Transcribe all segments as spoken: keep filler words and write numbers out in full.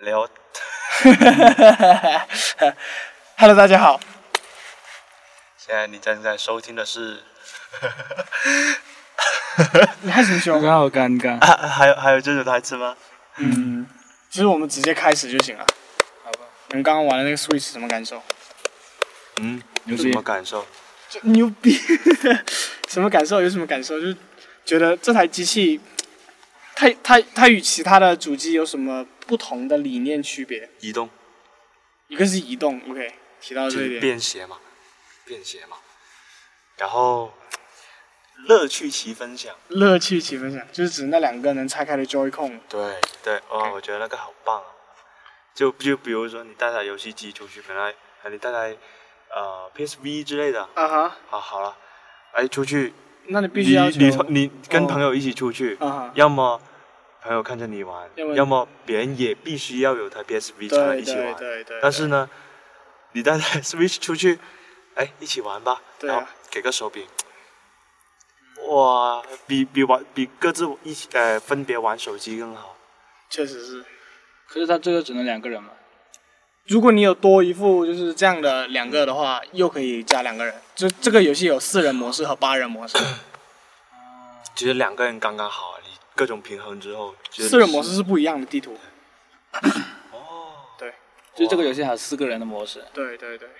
聊。 Hello， 大家好。 现在你正在收听的是。 你害什么凶？ 刚好尴尬。 啊、还有还有这种台词吗？ 嗯，其实我们直接开始就行了。好吧。你们刚刚玩的那个 Switch 什么感受？ 嗯，有什么感受？ 就牛逼！什么感受？有什么感受？就是觉得这台机器，它它它与其他的主机有什么不同的理念区别？ 移动。 一个是移动 ，OK， 提到这一点。 便携嘛，便携嘛，然后乐趣其分享。 乐趣其分享，就是指那两个能拆开的 Joy-Con。 对对，哦， okay. 我觉得那个好棒啊！就就比如说你带台游戏机出去，本来你带台呃 P S V 之类的， 啊哈， 好好了，哎，出去， 那你必须要求你你你跟朋友一起出去， 哦、 要么朋友看着你玩， 要么要么别人也必须要有台 P S V 才能一起玩。 对对对对。 但是呢，你带台 Switch 出去，哎，一起玩吧， 对啊、 然后给个手柄，哇，比比玩比各自一起呃分别玩手机更好。 确实是。 可是它这个只能两个人嘛。 如果你有多一副就是这样的两个的话，又可以加两个人。就这个游戏有四人模式和八人模式。 其实两个人刚刚好，你各种平衡之后。 四人模式是不一样的地图。 哦。 对。 就这个游戏还有四个人的模式。 对对对。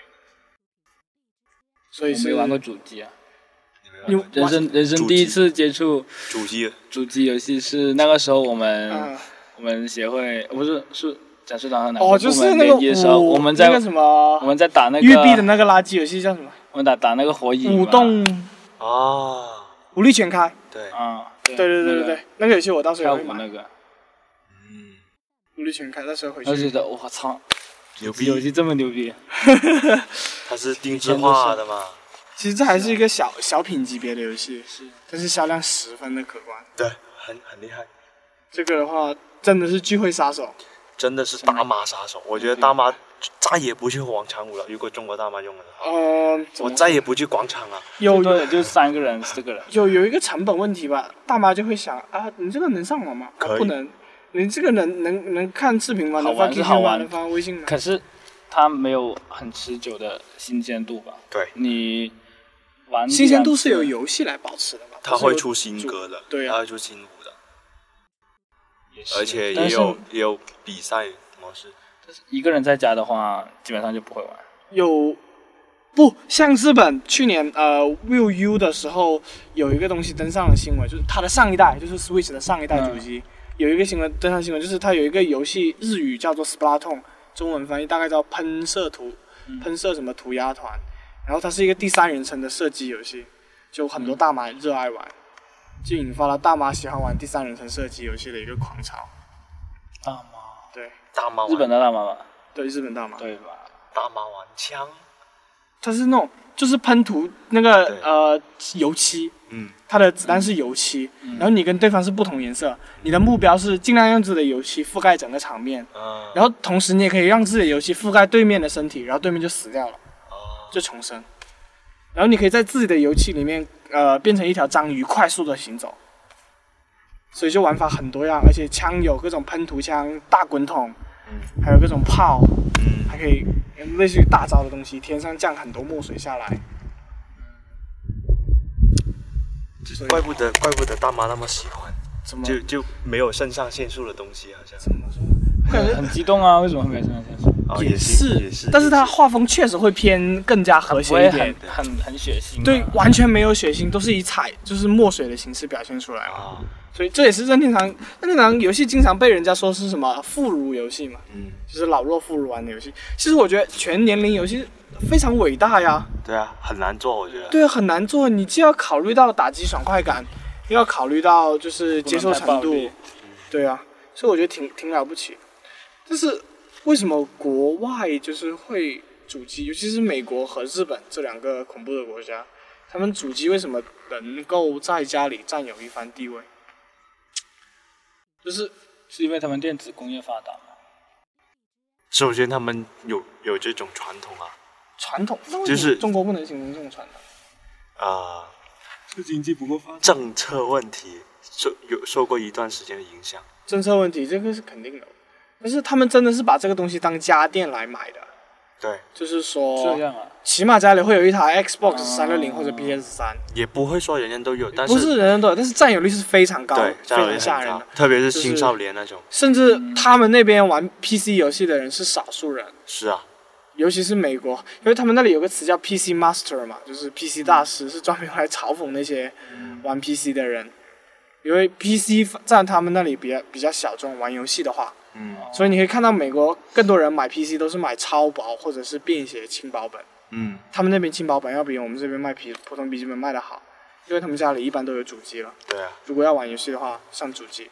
所以是。 我没玩过主机啊。 你人生人生第一次接触主机主机游戏是那个时候我们、 嗯、 我们协会不是是展示团和哪个哦，就是那个舞，我们在、 那个什么， 我们在打那个育碧的那个垃圾游戏叫什么？ 我们打打那个火影。 舞动。 啊。 武力全开。 对。 啊。 对对对对对，那个、那个游戏我到时候也会买。那个。 嗯。 武力全开，到时候回去。 我觉得我操， 牛逼！ 游戏这么牛逼。 它是定制化的嘛？ 其实这还是一个小小品级别的游戏，是，但是销量十分的可观。 对，很很厉害。 这个的话，真的是聚会杀手。 真的是大妈杀手，我觉得大妈再也不去广场舞了。如果中国大妈用了的话， 呃， 我再也不去广场了。 有对，就三个人，四个人。 有有一个成本问题吧，大妈就会想啊，你这个能上网吗？啊、不能。你这个能能能看视频吗？能发 Q Q 吗？能发微信吗？ 可是它没有很持久的新鲜度吧？ 对， 你玩新鲜度是由游戏来保持的嘛？ 它会出新歌的， 对啊， 它会出新舞的，而且也有也有比赛模式。 但是一个人在家的话，基本上就不会玩。 有不像日本去年呃 Wii U 的时候，有一个东西登上了新闻，就是它的上一代，就是 Switch 的上一代主机。嗯，有一个新闻登上新闻，就是它有一个游戏日语叫做 Splatoon， 中文翻译大概叫喷射涂、嗯、喷射什么涂鸦团，然后它是一个第三人称的射击游戏，就很多大妈热爱玩，就引发了大妈喜欢玩第三人称射击游戏的一个狂潮。 大妈？ 对， 大妈。 日本的大妈吧？ 对，日本大妈。 对吧？ 大妈玩枪。 它是那种就是喷涂那个呃油漆。 嗯， 它的子弹是油漆，嗯、然后你跟对方是不同颜色，你的目标是尽量用自己的油漆覆盖整个场面， 嗯、 然后同时你也可以让自己的油漆覆盖对面的身体，然后对面就死掉了， 哦、 就重生。然后你可以在自己的油漆里面，呃，变成一条章鱼，快速的行走。所以就玩法很多样，而且枪有各种喷涂枪、大滚筒， 嗯、 还有各种炮， 嗯、 还可以类似于大招的东西，天上降很多墨水下来。 怪不得，怪不得大妈那么喜欢， 怎么就就没有肾上腺素的东西，好像。 怎么说？ 感觉很激动啊！为什么会没有肾上腺素？ 哦， 也是，也是。 但是它画风确实会偏更加和谐一点， 很很很血腥。 对，完全没有血腥，都是以彩就是墨水的形式表现出来嘛。 啊、 所以这也是任天堂任天堂游戏经常被人家说是什么妇孺游戏嘛， 嗯， 就是老弱妇孺玩的游戏。其实我觉得全年龄游戏非常伟大呀。 对啊，很难做，我觉得。 对啊，很难做，你既要考虑到打击爽快感，又要考虑到就是接受程度，对啊，所以我觉得挺挺了不起。但是为什么国外就是会主机，尤其是美国和日本这两个恐怖的国家，他们主机为什么能够在家里占有一番地位？就是是因为他们电子工业发达吗？ 首先他们有有这种传统啊。 传统就是中国不能形成这种传统。 啊、呃， 是经济不够发达。 政策问题受有受过一段时间的影响。 政策问题这个是肯定的。 但是他们真的是把这个东西当家电来买的， 对， 就是说这样啊， 起码家里会有一台 Xbox 三六零或者 P S 三， 也不会说人人都有，但不是人人都有，但是占有率是非常高， 对，占有非率很高常吓人的，， 特别是青少年那种。 甚至他们那边玩 P C 游戏的人是少数人。 是啊， 尤其是美国，因为他们那里有个词叫 P C Master 嘛，就是 P C 大师，是专门用来嘲讽那些玩 P C 的人。因为 P C 在他们那里比较比较小众，玩游戏的话， 嗯所以你可以看到美国更多人买 P C 都是买超薄或者是便携轻薄本。 嗯， 他们那边轻薄本要比我们这边卖普普通笔记本卖的好，因为他们家里一般都有主机了。 对啊， 如果要玩游戏的话，上主机。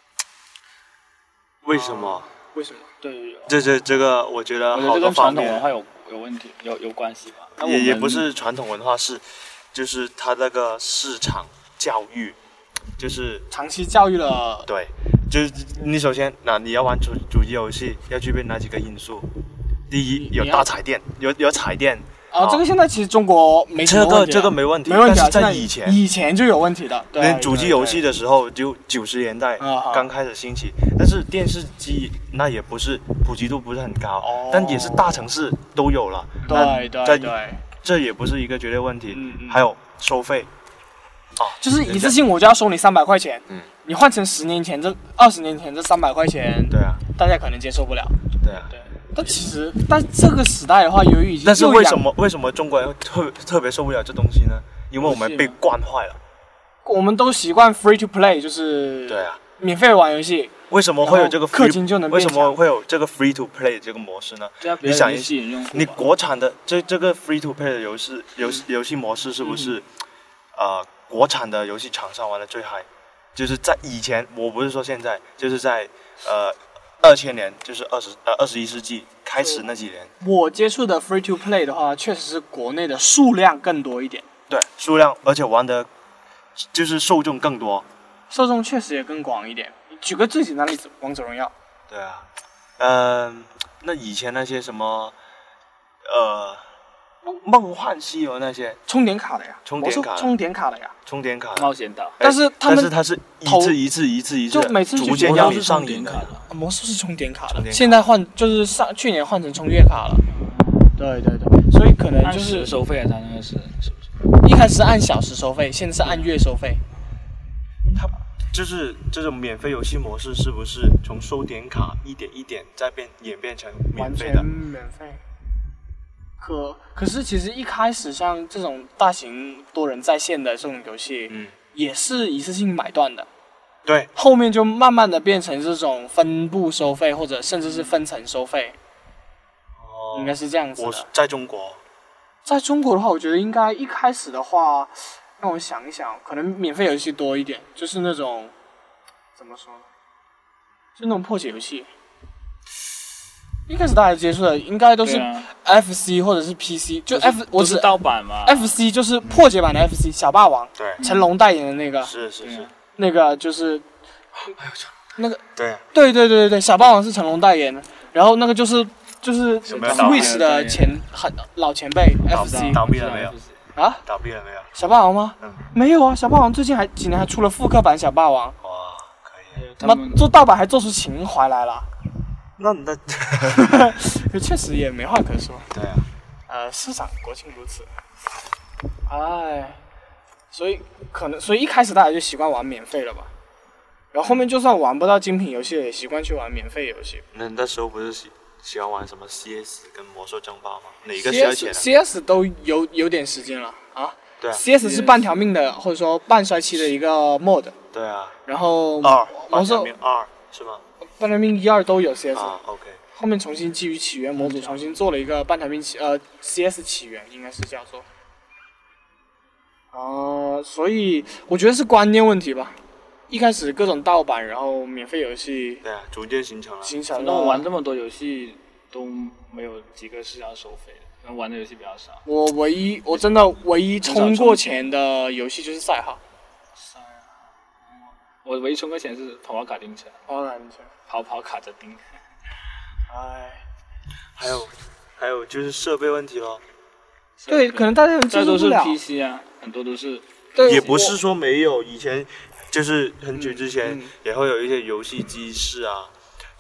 为什么？ 为什么？ 对， 这这这个，我觉得我觉好得这跟传统多方面文化有有问题，有有关系吧。那我也也们不是传统文化，是就是它那个市场教育，就是长期教育了， 对，就是你首先那你要玩主主机游戏，要具备哪几个因素？第一，有你要大彩电，有有彩电。 啊，这个现在其实中国没什么问题啊这个这个没问题， 没问题啊。 但是在现在以前， 以前就有问题的。对， 连主机游戏的， 的时候就九十年代啊啊刚开始兴起，但是电视机那也不是普及度不是很高， 哦但也是大城市都有了。那对对在对， 这也不是一个绝对问题。 嗯嗯还有收费，啊， 就是一次性我就要收你三百块钱， 嗯， 你换成十年前这二十年前这三百块钱， 对啊， 大家可能接受不了。 对啊。 对， 但其实，但这个时代的话，由于已经但是又养为什么为什么中国人会特特别受不了这东西呢？因为我们被惯坏了。 我们都习惯 free to play，就是对啊， 免费玩游戏， 为什么会有这个然后氪 free, 金就能为什变强么会有这个 free to play 这个模式呢？ 这样比你想一较容易吸引用户吧。 你国产的这这个 free to play 的游戏游戏游戏模式是不是、呃国产的游戏厂商玩的最嗨？就是在以前，我不是说现在，就是在呃二千年，就是二十呃二十一世纪开始那几年， 我接触的 free to play 的话，确实是国内的数量更多一点， 对数量，而且玩的就是受众更多。 受众确实也更广一点。举个最简单的例子，王者荣耀。 对啊，嗯、那以前那些什么呃梦梦幻西游那些充点卡的呀， 充点卡魔兽充点卡的呀。 充点卡， 冒险岛， 但是他们但是它是一投次一次一次一次就每次去逐渐魔兽是让你上充点瘾的卡。的。 啊魔兽是充点卡的， 充点卡现在换就是上去年换成充月卡了。对对对，所以可能按就是时收费啊，它那个是是不是？ 一开始是按小时收费，现在是按月收费。 它就是这种免费游戏模式，是不是从收点卡一点一点再变演变成免完全费的？ 免费。可可是其实一开始像这种大型多人在线的这种游戏， 嗯， 也是一次性买断的， 对， 后面就慢慢的变成这种分步收费，或者甚至是分层收费， 哦， 应该是这样子我是的。 在中国， 在中国的话，我觉得应该一开始的话，让我想一想，可能免费游戏多一点，就是那种怎么说呢，就那种破解游戏。一开始大家接触的应该都是对啊 F C 或者是 P C，就 F 我只都是盗版嘛。 F C 就是破解版的 F C， 小霸王， 对， 成龙代言的那个， 是是是对啊， 那个就是那个， 对， 对对对对对，小霸王是成龙代言的，然后那个就是就是有没有倒闭 Switch 的前很老前辈倒 F C 倒闭了没有？ 啊， 倒闭了没有？ 小霸王吗？ 嗯， 没有啊，小霸王最近还几年还出了复刻版小霸王， 哇，可以。 他妈做盗版还做出情怀来了， 那那确实也没话可说。 对啊， 呃，市场国情如此，哎，所以可能所以一开始大家就习惯玩免费了吧，然后后面就算玩不到精品游戏了，也习惯去玩免费游戏。 那那时候不是喜喜欢玩什么 C S 跟魔兽争霸吗？哪个需要 C 钱 S 啊？ C S 都有有点时间了啊。 对啊， C S 是半条命的，或者说半衰期的一个 mod， 对啊， 然后二魔兽二是吗？ 半条命一二都有 C S，、 啊，OK， 后面重新基于起源模组重新做了一个半条命起呃 C S 起源，应该是叫做。啊、所以我觉得是观念问题吧。一开始各种盗版，然后免费游戏对啊，逐渐形成了。 形成反正我玩这了。 么多游戏都没有几个是要收费的，然后玩的游戏比较少。 我唯一我真的唯一充过钱的游戏就是赛号。 我唯一充过钱是跑跑卡丁车， 当然， 跑跑卡着丁。 哎， 还有还有就是设备问题咯， 对，可能大家接这都是受不了。 P C 啊，很多都是。 对， 也不我是说没有，以前就是很久之前嗯嗯也会有一些游戏机室啊，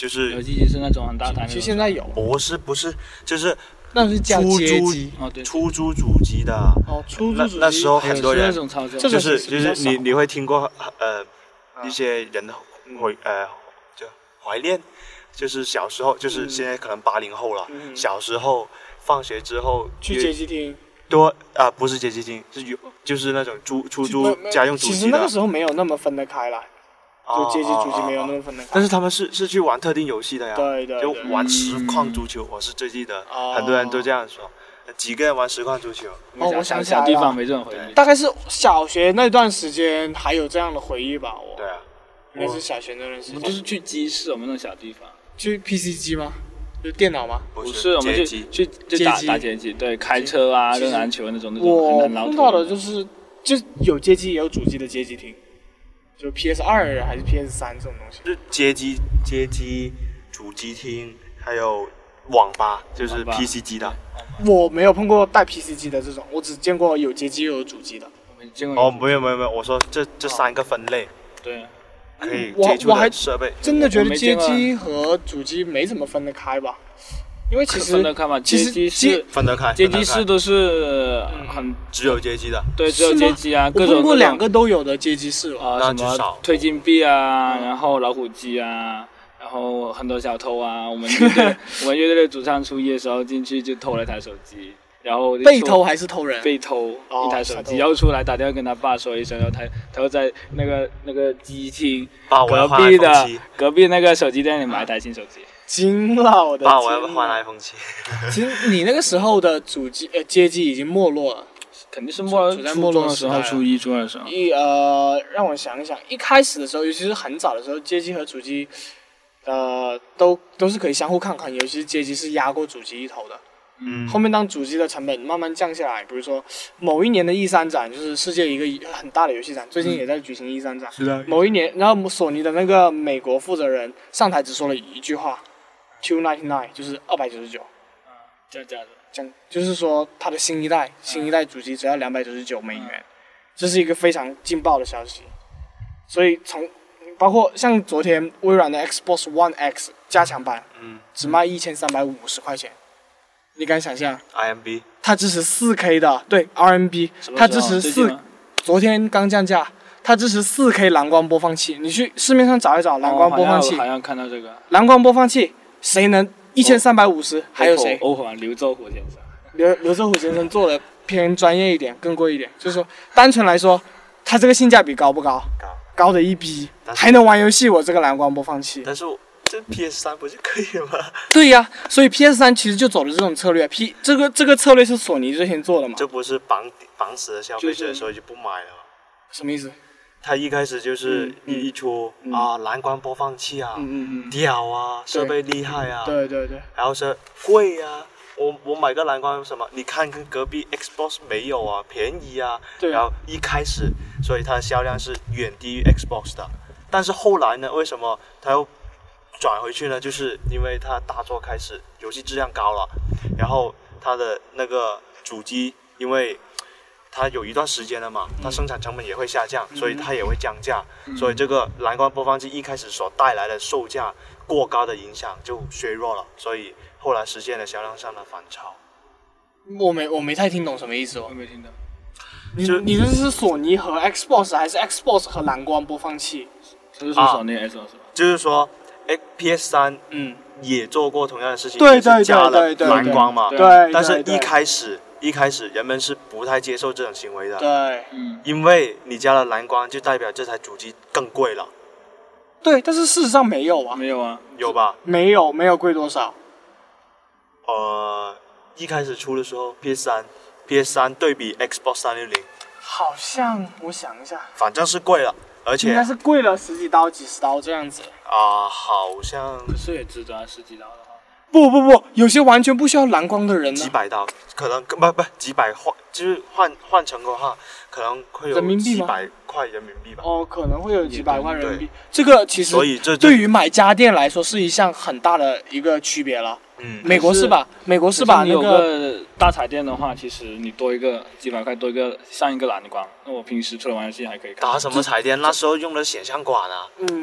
就是游戏机是那种很大台的。 其实现在有， 不是不是，就是那是叫出租街机哦对， 出租主机的。 哦，出租那主机那时候很多是那人种操作， 这个就是其实比较少就是你你会听过呃啊一些人会呃就怀念，就是小时候就是嗯现在可能八零后了， 嗯小时候放学之后去街机厅。 多啊、不是街机厅，是有就是那种租出租家用主机的其实那个。时候没有那么分得开啦，就街机主机没有那么分得开。 但是他们是是去玩特定游戏的呀， 对对对就玩实况足球，我是最记得， 哦很多人都这样说，几个人玩实况足球。 哦我想起来了小地方没这种回忆。 大概是小学那段时间还有这样的回忆吧，我对啊， 应该是小学那段时间。 我们就是去鸡市，我们那种小地方。 去 P C 机吗？就是电脑吗？ 不不是，我们去街机， 去就打街机打街机，对，开车啊， 其实扔篮球那种那种我很很老土碰到的就是就有街机也有主机的街机厅，就 P S 二还是 P S 三这种东西。 就是街机、街机、主机厅，还有网吧，就是网吧 P C 机的。 我没有碰过带 P C 机的这种，我只见过有街机又有主机的。 我没见过。 哦，没有没有没有，我说这这三个分类对， 可以我接触我还的设备。 真的觉得街我没见过机和主机没怎么分得开吧，因为其实分得开嘛？ 其实街机街是分得开， 街分得开机室都是很只有街机的。 对，只有是吗街机啊， 我各种各种碰过两个都有的街机室哦。 啊， 那什么就少推金币啊，然后老虎机啊，然后很多小偷啊。我们乐队我们乐队的主唱初一的时候进去就偷了一台手机，然后就出被偷还是偷人？ 被偷哦一台手机， 小偷然后出来打电话跟他爸说一声，然后他他又在那个那个机厅隔爸，我要换壁 iPhone 的七。 隔壁那个手机店里买一台新手机。 惊了我的爸，我要天换呐 iPhone 七。 其实你那个时候的主机呃街机已经没落了。 肯定是末处在没落初中的时候， 时代初一、初二的时候。 一呃，让我想一想，一开始的时候，尤其是很早的时候，街机和主机，呃，都都是可以相互抗衡，尤其是街机是压过主机一头的。 嗯， 后面当主机的成本慢慢降下来，比如说某一年的 E 三展，就是世界一个很大的游戏展，最近也在举行 E 三展。 是的。 某一年，然后索尼的那个美国负责人上台只说了一句话 ，two ninety nine，就是二百九十九。 这样这样子。 讲就是说，它的新一代新一代主机只要两百九十九美元，这是一个非常劲爆的消息。所以从包括像昨天微软的 Xbox One X 加强版， 嗯只卖一千三百五十块钱，你敢想象？ ，I M B。 它支持四 K 的，对 R M B， 什么时候它支持四最近吗， 昨天刚降价，它支持四 K 蓝光播放器。你去市面上找一找蓝光播放器， 哦好像好像看到这个。 蓝光播放器谁能一千三百五十？还有谁？ 欧皇刘周虎先生。 刘刘作虎先生做的偏专业一点，更贵一点。就是说，单纯来说，它这个性价比高不高？ 高。 高的一逼， 但是还能玩游戏。我这个蓝光播放器。 但是我这 P S 三不就可以了吗？ 对呀、所以 P S 三其实就走的这种策略。P 这个这个策略是索尼之前做的嘛？ 这不是绑绑死了消费者， 就是所以就不买了。 什么意思？ 他一开始就是嗯嗯一一出嗯啊，蓝光播放器啊， 嗯嗯嗯， 屌啊，设备厉害啊， 对对对。 然后是贵啊。我我买个蓝光什么？你看跟隔壁 Xbox 没有啊，便宜啊。 对然后一开始，所以它的销量是远低于 Xbox 的。但是后来呢，为什么它又转回去呢？就是因为它大作开始，游戏质量高了，然后它的那个主机，因为它有一段时间了嘛，它生产成本也会下降，所以它也会降价。所以这个蓝光播放器一开始所带来的售价过高的影响就削弱了，所以后来实现了销量上的反超。 我没我没太听懂什么意思哦我。没听到。 你就你这是索尼和 Xbox 还是 Xbox 和蓝光播放器？ 这是说索尼 S 是吧？ 就是说，哎 P S 三嗯， 也做过同样的事情， 对对就是加了对对对蓝光嘛。 对对。 但是一对开始一开始人们是不太接受这种行为的， 对嗯。 因为你加了蓝光，就代表这台主机更贵了， 对，但是事实上没有啊， 没有啊。 有吧？ 没有没有贵多少。 呃，一开始出的时候 P S 三 P S 三对比 Xbox 三六零， 好像我想一下， 反正是贵了，而且应该是贵了十几刀、几十刀这样子。 啊、好像可是也值得啊，十几刀的话。 不不不，有些完全不需要蓝光的人呢几。百刀，可能不不几百换，就是换换成的话，可能会有人民币吗几百块人民币吧。 哦，可能会有几百万人民币对。 这个其实所以这对于买家电来说是一项很大的一个区别了。 嗯， 美国是吧？美国是把你有那个个大彩电的话，其实你多一个几百块，多一个上一个蓝光，那我平时除了玩游戏还可以看。 打什么彩电？那时候用的显像管啊。 嗯，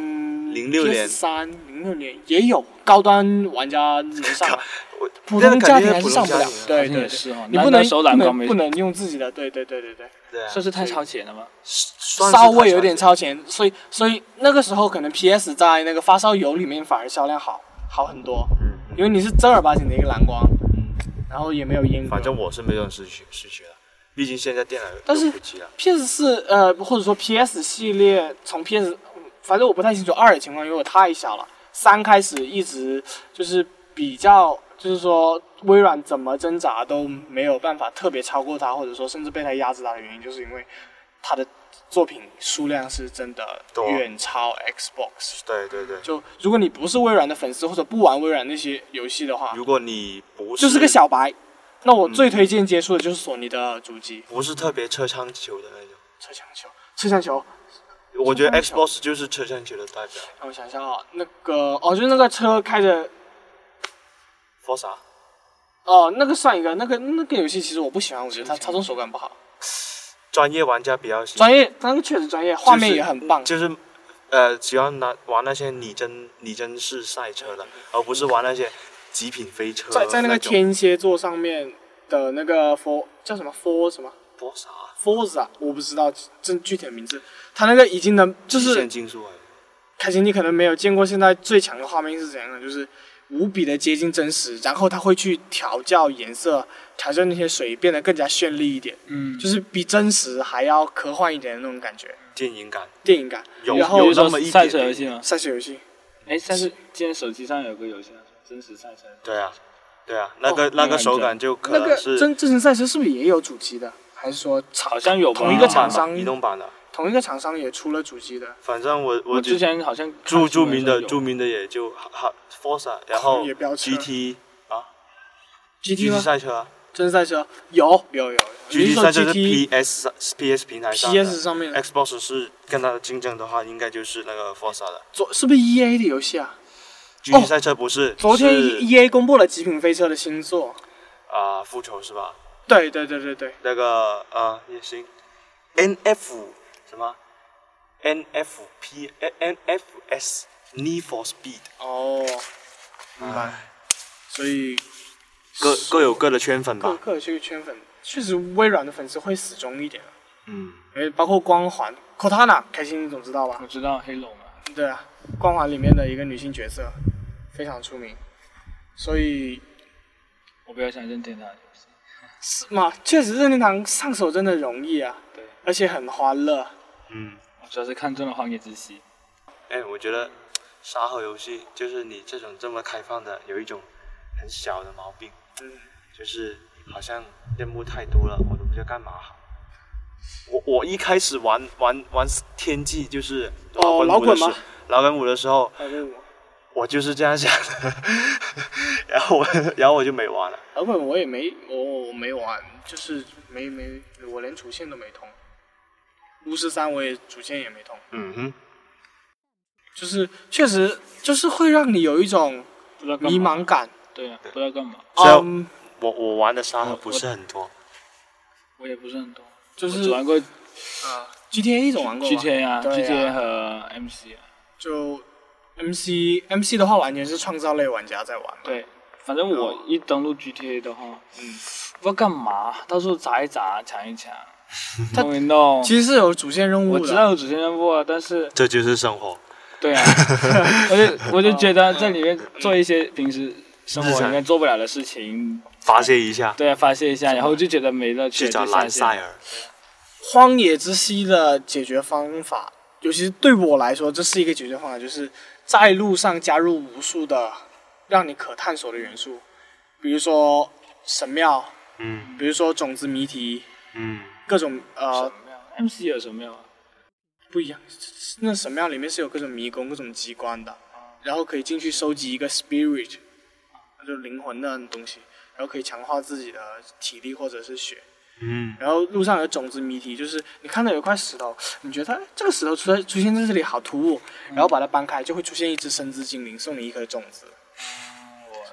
零六年 P S 三、零六年也有高端玩家能上啊， 我普通家庭还是上不了那肯定是普通家庭啊。 对对对， 好像也是哦你不能拿手感光没不能不能用自己的，对对对对对， 对啊， 算是太超前了吗？ 算是稍微有点太超前，所以所以那个时候可能 P S 在那个发烧友里面反而销量好好很多， 嗯因为你是正儿八经的一个蓝光， 嗯， 然后也没有阉割。 反正我是没有失去失去了，毕竟现在电脑但是有普及了。 P S 四呃或者说 P S 系列从 P S 反正我不太清楚二的情况，因为我太小了。三开始一直就是比较，就是说微软怎么挣扎都没有办法特别超过它，或者说甚至被它压制它的原因，就是因为它的作品数量是真的多远超 Xbox。 对对对， 就如果你不是微软的粉丝或者不玩微软那些游戏的话， 如果你不是就是个小白，那我最推荐接触的就是索尼的主机。 不是特别车枪球的那种， 车枪球，车枪球。 我觉得车枪球 Xbox 就是车枪球的代表。 让我想想啊，那个哦，就是那个车开着， Forza 哦，那个算一个，那个那个游戏其实我不喜欢，我觉得它操纵手感不好。 专业玩家比较喜欢， 专业，那个确实专业，画面也很棒。 就是呃喜欢拿玩那些拟真拟真式赛车的，而不是玩那些极品飞车。 在在那个种天蝎座上面的那个 For 叫什么 For 什么 Forza Forza，我不知道真具体的名字。它那个已经能就极是限竞速啊， 开心，你可能没有见过现在最强的画面是怎样的，就是无比的接近真实，然后它会去调教颜色，调教那些水变得更加绚丽一点， 嗯， 就是比真实还要科幻一点的那种感觉， 电影感电影感。 有然后有比如说那么一赛点点车游戏吗？ 赛车游戏， 哎，但是今天手机上有个游戏啊，真实赛车。 对啊，对啊，那个、 哦那个手感就可那个能是真真实赛车是不是也有主机的？还是说好像有吧同一个厂商移动版的， 同一个厂商也出了主机的？ 反正我我之只前好像著著名的看新闻说有著名的也就哈 Forza，然后狂野飙车 G T 啊 G T G 吗 T 赛车啊真实赛车有有有 ，G 你 T 是说赛车是 G T P S P S 平台上 P 的 S 上面的？ ，Xbox 是跟它的竞争的话，应该就是那个 Forza 的。 昨是不是 E A 的游戏啊？ G T 赛车不是， 昨天是 E A 公布了极品飞车的新作。 啊复仇是吧？ 对对对对对， 那个呃也行，N F 什么 N F P N F S Need for Speed， 哦，明白。所以各各有各的圈粉吧。 各各有这个圈粉，确实微软的粉丝会死忠一点， 嗯， 因为包括光环 Cortana， 开心你总知道吧我？知道黑龙嘛， 对啊，光环里面的一个女性角色，非常出名，所以我比较想任天堂的游戏。 是嘛，确实任天堂上手真的容易啊， 对， 而且很欢乐。 嗯， 我主要是看中了《荒野之息》。 哎，我觉得沙盒游戏就是你这种这么开放的，有一种很小的毛病， 嗯， 就是好像任务太多了，我都不知道干嘛好。我我一开始玩玩玩天际就是哦老滚五的时老滚吗老滚五的时候， 老滚我， 我就是这样想的，然后我然后我就没玩了。 老滚我也没我我没玩，就是没没我连主线都没通。巫师三我也主线也没通， 嗯哼， 就是确实就是会让你有一种不知道干嘛迷茫感。 对啊，不知道干嘛。 虽然嗯， 我我玩的沙盒我不是很多， 我也不是很多， 就是我只玩过啊，G T A 一种玩过吗 G T A 啊对啊 ，G T A 和 M C 啊。 就 M C M C 的话，完全是创造类玩家在玩嘛。 对，反正我一登录 G T A 的话，嗯，不知道干嘛，到处砸一砸，抢一抢，弄一弄。 其实是有主线任务的。 我知道有主线任务啊，但是这就是生活。 对啊，我就我就觉得在里面做一些平时生活里面做不了的事情， 发泄一下， 对啊，发泄一下，然后就觉得没乐趣， 去找就下线兰塞尔。 荒野之息的解决方法，尤其是对我来说，这是一个解决方法，就是在路上加入无数的让你可探索的元素，比如说神庙， 嗯比如说种子谜题， 嗯， 各种呃 M C 有什么样啊？ 不一样。那神庙里面是有各种迷宫、各种机关的，然后可以进去收集一个 spirit， 就是灵魂的东西，然后可以强化自己的体力或者是血。 嗯然后路上有种子谜题，就是你看到有块石头，你觉得它这个石头出来出现在这里好突兀，然后把它搬开，就会出现一只深之精灵，送你一颗种子。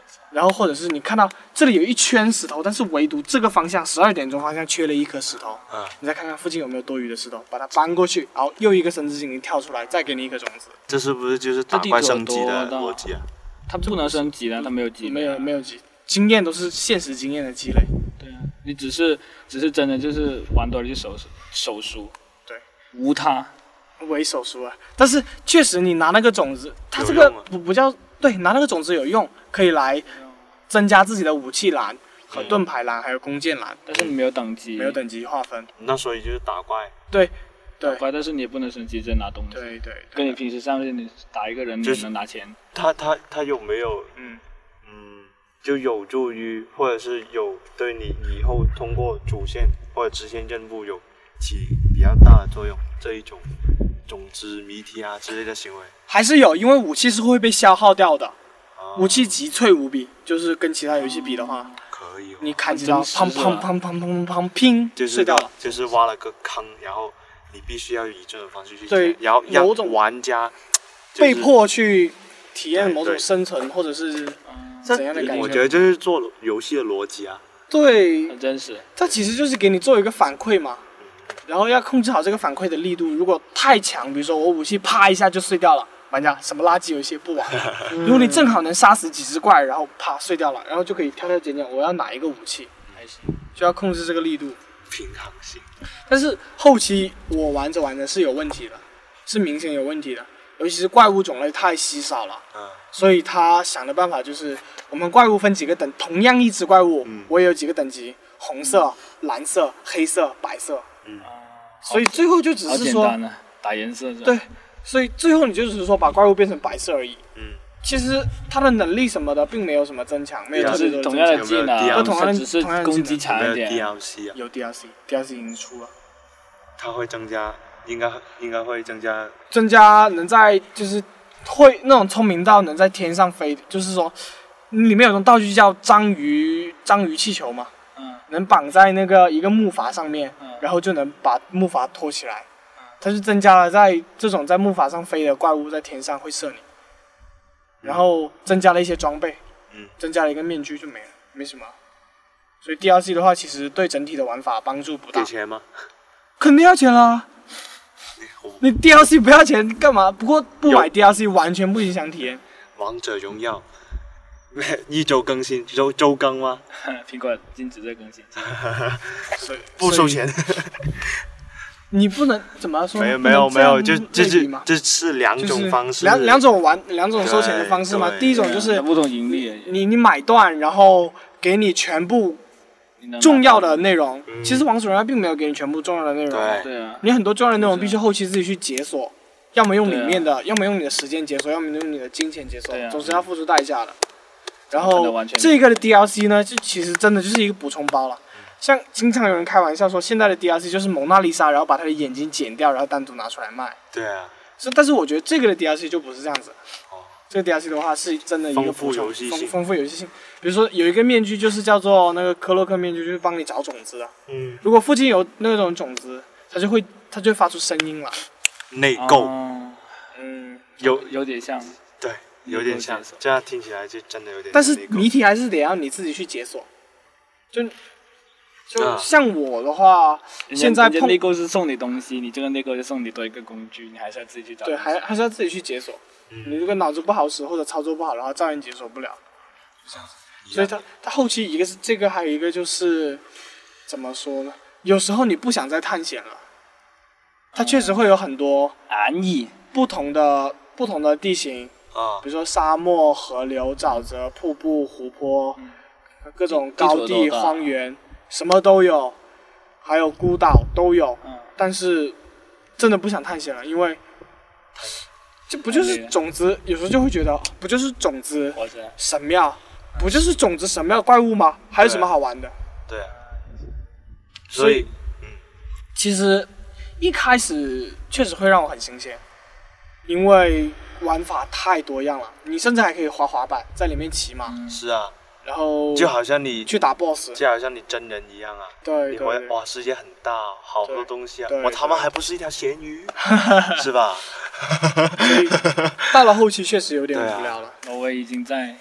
然后或者是你看到这里有一圈石头，但是唯独这个方向十二点钟方向缺了一颗石头， 嗯， 你再看看附近有没有多余的石头，把它搬过去，然后又一个神之精灵跳出来，再给你一颗种子。 这是不是就是打怪升级的逻辑啊？ 它不能升级的，它没有级， 没有没有级，经验都是现实经验的积累。 对啊，你只是只是真的就是玩多了就手手输， 对， 无他。 为手输啊，但是确实你拿那个种子，它这个不不叫对，拿那个种子有用，可以来增加自己的武器栏和盾牌栏，还有弓箭栏， 但是你没有等级， 没有等级划分。 那所以就是打怪， 对对， 打怪，但是你也不能升级，只能拿东西。 对对， 跟你平时上去你打一个人，你能拿钱。 他他他有没有嗯嗯，就有助于或者是有对你以后通过主线或者支线任务有起比较大的作用？这一种种子谜题啊之类的行为还是有，因为武器是会被消耗掉的， 啊武器极脆无比，就是跟其他游戏比的话， 可以、哦， 你砍几刀，砰砰砰砰砰砰砰， 就是碎掉了， 就是挖了个坑，然后你必须要以这种方式去对， 然后让某种玩家、就是、 被迫去体验某种对生存或者是怎样的感觉。 我觉得这是做游戏的逻辑啊。 对， 很真实。 它其实就是给你做一个反馈嘛，然后要控制好这个反馈的力度。如果太强，比如说我武器啪一下就碎掉了，玩家什么垃圾游戏不玩。如果你正好能杀死几只怪，然后啪碎掉了，然后就可以挑挑拣拣我要哪一个武器， 还行， 就要控制这个力度。 平衡性。 但是后期我玩着玩着是有问题的，是明显有问题的，尤其是怪物种类太稀少了。 嗯。 所以他想的办法就是，我们怪物分几个等，同样一只怪物， 嗯、 我也有几个等级，红色、蓝色、黑色、白色。 嗯。 所以最后就只是说， 好简单啊，打颜色是吧？ 对，所以最后你就只是说把怪物变成白色而已。 嗯。 其实他的能力什么的并没有什么增强，没有特别多的增强。 同样的技能， 同样的只是攻击强一点。 有 D L C 啊？ 有 D L C，D L C 已经出了。 它会增加，应该应该会增加。 增加能在就是会那种聪明到能在天上飞，就是说里面有种道具叫章鱼章鱼气球嘛， 嗯， 能绑在那个一个木筏上面， 嗯， 然后就能把木筏拖起来。它是增加了在这种在木筏上飞的怪物在天上会射你，然后增加了一些装备， 嗯， 增加了一个面具就没了，没什么。所以 D L C 的话，其实对整体的玩法帮助不大。 给钱吗？ 肯定要钱啦！你 D L C 不要钱干嘛？不过不买 D L C 完全不影响体验。 王者荣耀一周更新，周周更吗？ 苹果禁止这更新， 不收钱。 你不能怎么说？ 没有没有没有，就就是这是两种方式， 两两种玩两种收钱的方式嘛。第一种就是不同盈利， 你你买断，然后给你全部重要的内容。其实王者荣耀并没有给你全部重要的内容， 对啊， 你很多重要的内容必须后期自己去解锁，要么用里面的，要么用你的时间解锁，要么用你的金钱解锁，总是要付出代价的。然后这个的 D L C 呢，就其实真的就是一个补充包了。像经常有人开玩笑说，现在的 D L C 就是蒙娜丽莎，然后把她的眼睛剪掉，然后单独拿出来卖。 对啊。 是，但是我觉得这个的 D L C 就不是这样子。 哦。 这个 D L C 的话是真的一个丰富游戏性。 丰富游戏性。比如说有一个面具就是叫做那个科洛克面具，就是帮你找种子的。 嗯。 如果附近有那种种子，它就会它就会发出声音来。 内购。 哦、 嗯。 有有点像。 对，有点像。这样听起来就真的有点像。 但是谜题还是得要你自己去解锁。就。就像我的话，啊、现在碰内购是送你东西，你这个内购就送你多一个工具，你还是要自己去找。 对，还还是要自己去解锁。嗯、你如果脑子不好使或者操作不好的话，照样解锁不了。这样子。所以它它后期一个是这个，还有一个就是怎么说呢？有时候你不想再探险了，它确实会有很多安逸不同的不同的地形啊， 比如说沙漠、河流、沼泽、瀑布、湖泊，嗯、各种高地、荒原。什么都有，还有孤岛都有， 嗯、 但是真的不想探险了，因为这不就是种子？有时候就会觉得，不就是种子神庙，不就是种子神庙怪物吗？还有什么好玩的？ 对啊，所以， 嗯，其实一开始确实会让我很新鲜，因为玩法太多样了，你甚至还可以滑滑板在里面骑嘛。 嗯、是啊。 然后就好像你去打 boss， 就好像你真人一样啊！ 对， 你会哇，世界很大，好多东西啊！我他妈还不是一条咸鱼，是吧？ 所以到了后期确实有点无聊了。 我已经在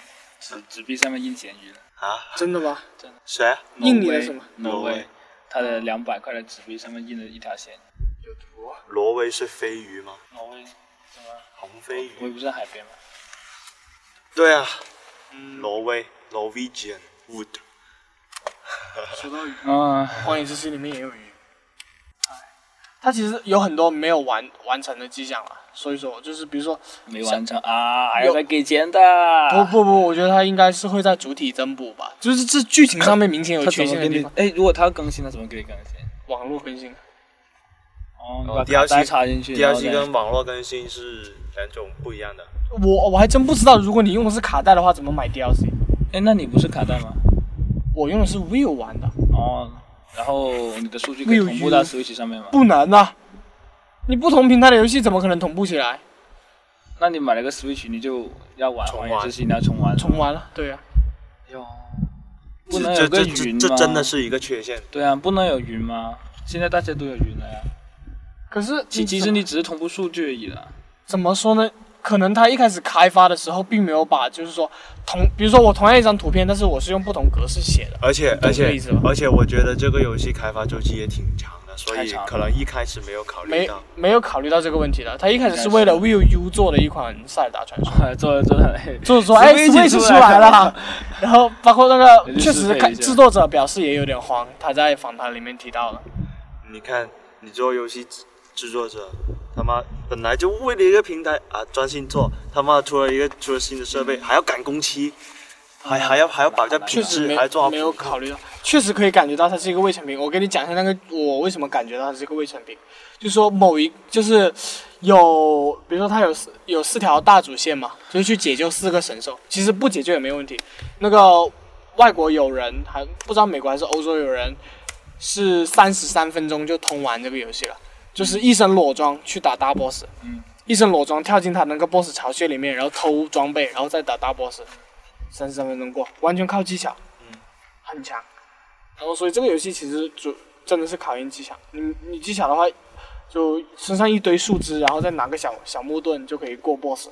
纸纸币上面印咸鱼了。 啊？ 真的吗？ 真的。 谁啊？ 印你的什么？ 挪威，他的两百块的纸币上面印了一条咸鱼。 有毒啊！ 挪威是飞鱼吗？ 挪威什么？ 红飞鱼。 挪威不是在海边吗？ 对啊，嗯、挪威 Norwegian wood。 说到鱼， 嗯， 荒野之息里面也有鱼。它其实有很多没有完完成的迹象了，所以说就是比如说没完成啊，还要再给钱的。 不不不，我觉得它应该是会在主体增补吧，就是这剧情上面明显有缺陷的地方。 哎，如果它要更新，它怎么可以更新？ 网络更新。 哦，你哦把 ，D L C 卡带插进去 D L C 然后再跟网络更新是两种不一样的。 我我还真不知道，如果你用的是卡带的话，怎么买 D L C？ 哎，那你不是卡带吗？ 我用的是 Wii 玩的。 哦，然后你的数据可以同步到 Switch 上面吗？ 不能啊！你不同平台的游戏怎么可能同步起来？ 那你买了个 Switch， 你就要玩重玩荒野之息，你要重玩。 重玩了，对啊。 哟，不能这有个这云吗？ 这这真的是一个缺陷。 对啊，不能有云吗？现在大家都有云了呀。 可是其其实你只是同步数据而已啦。 怎么说呢？可能他一开始开发的时候，并没有把就是说同，比如说我同样一张图片，但是我是用不同格式写的。 而且而且懂这个意思吧而且，我觉得这个游戏开发周期也挺长的，所以太长了可能一开始没有考虑没到。 没有考虑到这个问题的，他一开始是为了 Wii U 做的一款《塞尔达传说》， 做了做了， 做说哎 Switch Switch 出出来来了，然后包括那个也是确实适配一下开制作者表示也有点慌，他在访谈里面提到了。 你看，你做游戏制制作者，他妈本来就为了一个平台啊专心做，他妈出了一个出了新的设备，还要赶工期，还还要还要保证品质， 确实没还要做好没有品质考虑到，确实可以感觉到它是一个未成品。我跟你讲一下那个我为什么感觉到它是一个未成品，就是说某一就是有，比如说它有四有四条大主线嘛，就是去解救四个神兽，其实不解救也没问题。那个外国友人还不知道美国还是欧洲友人，是三十三分钟就通完这个游戏了，就是一身裸装去打大 boss， 嗯， 一身裸装跳进他那个 boss 巢穴里面，然后偷装备，然后再打大 boss。三十三分钟过，完全靠技巧， 嗯， 很强。然后所以这个游戏其实主真的是考验技巧。你你技巧的话，就身上一堆树枝，然后再拿个小小木盾就可以过 boss。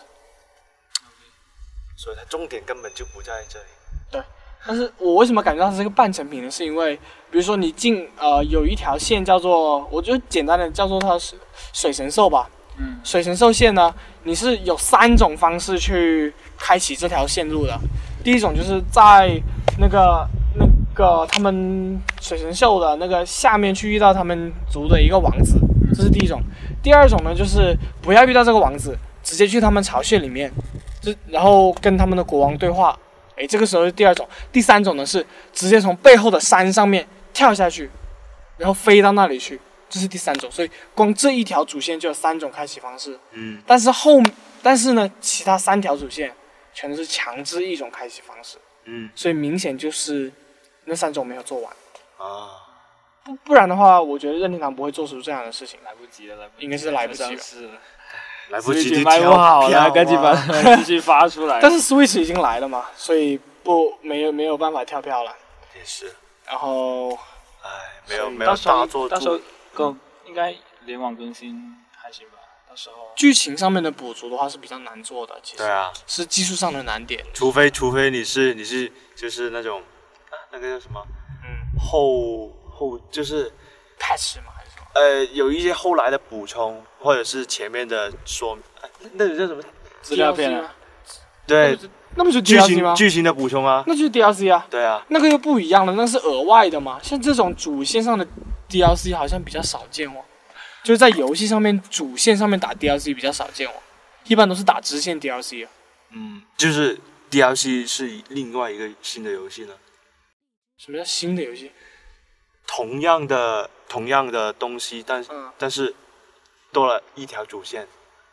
所以它重点根本就不在这里。 对，但是我为什么感觉到它是个半成品呢？是因为比如说你进呃有一条线叫做，我就简单的叫做它是水神兽吧。 嗯， 水神兽线呢，你是有三种方式去开启这条线路的。第一种就是在那个那个他们水神兽的那个下面去遇到他们族的一个王子，这是第一种。第二种呢，就是不要遇到这个王子，直接去他们巢穴里面，就然后跟他们的国王对话。诶，这个时候是第二种。第三种呢是直接从背后的山上面跳下去，然后飞到那里去。这是第三种，所以光这一条主线就有三种开启方式。 嗯， 但是后，但是呢，其他三条主线全都是强制一种开启方式。 嗯所以明显就是那三种没有做完。 啊， 不不然的话，我觉得任天堂不会做出这样的事情。 来不及了，来不及了， 应该是来不及了是来不及就卖不跳好了， 票啊赶紧把它继续发出来。 但是 Switch 已经来了嘛，所以不没有没有办法跳票了。 也是， 然后唉，没有所以没有到时候大做到时候出， 更应该联网更新还行吧？到时候剧情上面的补足的话是比较难做的，其实对啊， 是技术上的难点。 除非除非你是你是就是那种啊那个叫什么嗯后后就是 ，patch 嘛还是什么？ 呃有一些后来的补充，或者是前面的说，啊那个叫什么？ 资料片 D L C 啊吗， 对， 那不就是剧 D L C 吗情？剧情的补充啊， 那就是 D L C 啊。 对啊， 那个又不一样了，那是额外的嘛。像这种主线上的 D L C 好像比较少见哦，就是在游戏上面主线上面打 D L C 比较少见哦，一般都是打支线 D L C 啊。 嗯，就是 D L C 是另外一个新的游戏呢， 什么叫新的游戏？ 同样的同样的东西，但是、 嗯但是多了一条主线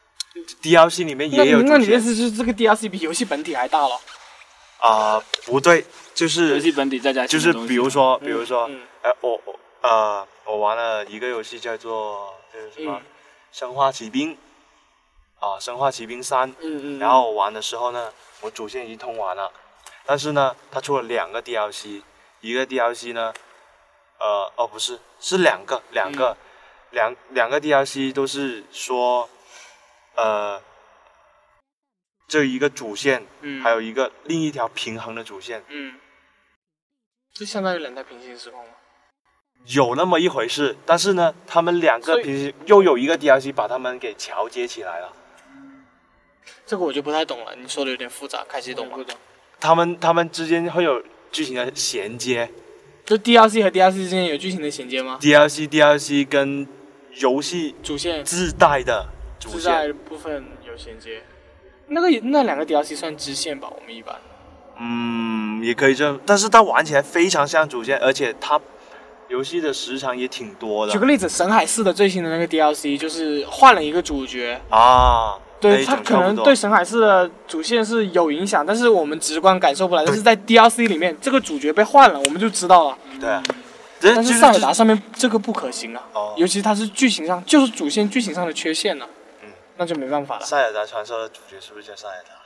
，D L C 里面那也有主那你的意线思就是这个 D L C 比游戏本体还大了？ 啊、不对，就是游戏本体再加就是新的东西比如说比如说， 嗯呃，我我呃我玩了一个游戏叫做就是什么嗯 《生化奇兵》啊，《生化奇兵三》， 嗯嗯， 然后我玩的时候呢，我主线已经通完了，但是呢，它出了两个 D L C，一个 D L C 呢，呃，哦不是，是两个，两个， 嗯两两个 D L C 都是说，呃， 这一个主线， 嗯还有一个另一条平衡的主线， 嗯，这相当于两台平行时空吗？ 有那么一回事。但是呢，他们两个所以平行又有一个 D L C 把他们给桥接起来了。 这个我就不太懂了，你说的有点复杂，凯西懂吗？ 不懂。 他们他们之间会有剧情的衔接就 D L C 和 D L C 之间有剧情的衔接吗？ ，D L C D L C 跟游戏主线自带的主自带线， 部分有衔接。那个那两个 D L C 算支线吧，我们一般。 嗯，也可以这样，但是它玩起来非常像主线，而且它游戏的时长也挺多的。 举个例子，神海四的最新的那个 D L C 就是换了一个主角， 啊， 对， 那它可种差不多能对神海四的主线是有影响，但是我们直观感受不来。但是在 D L C 里面，这个主角被换了，我们就知道了。 对啊，但但是塞尔达上面这个不可行啊， 哦尤其它是剧情上，就是主线剧情上的缺陷呢、 嗯， 那就没办法了。 塞尔达传说的主角是不是叫塞尔达？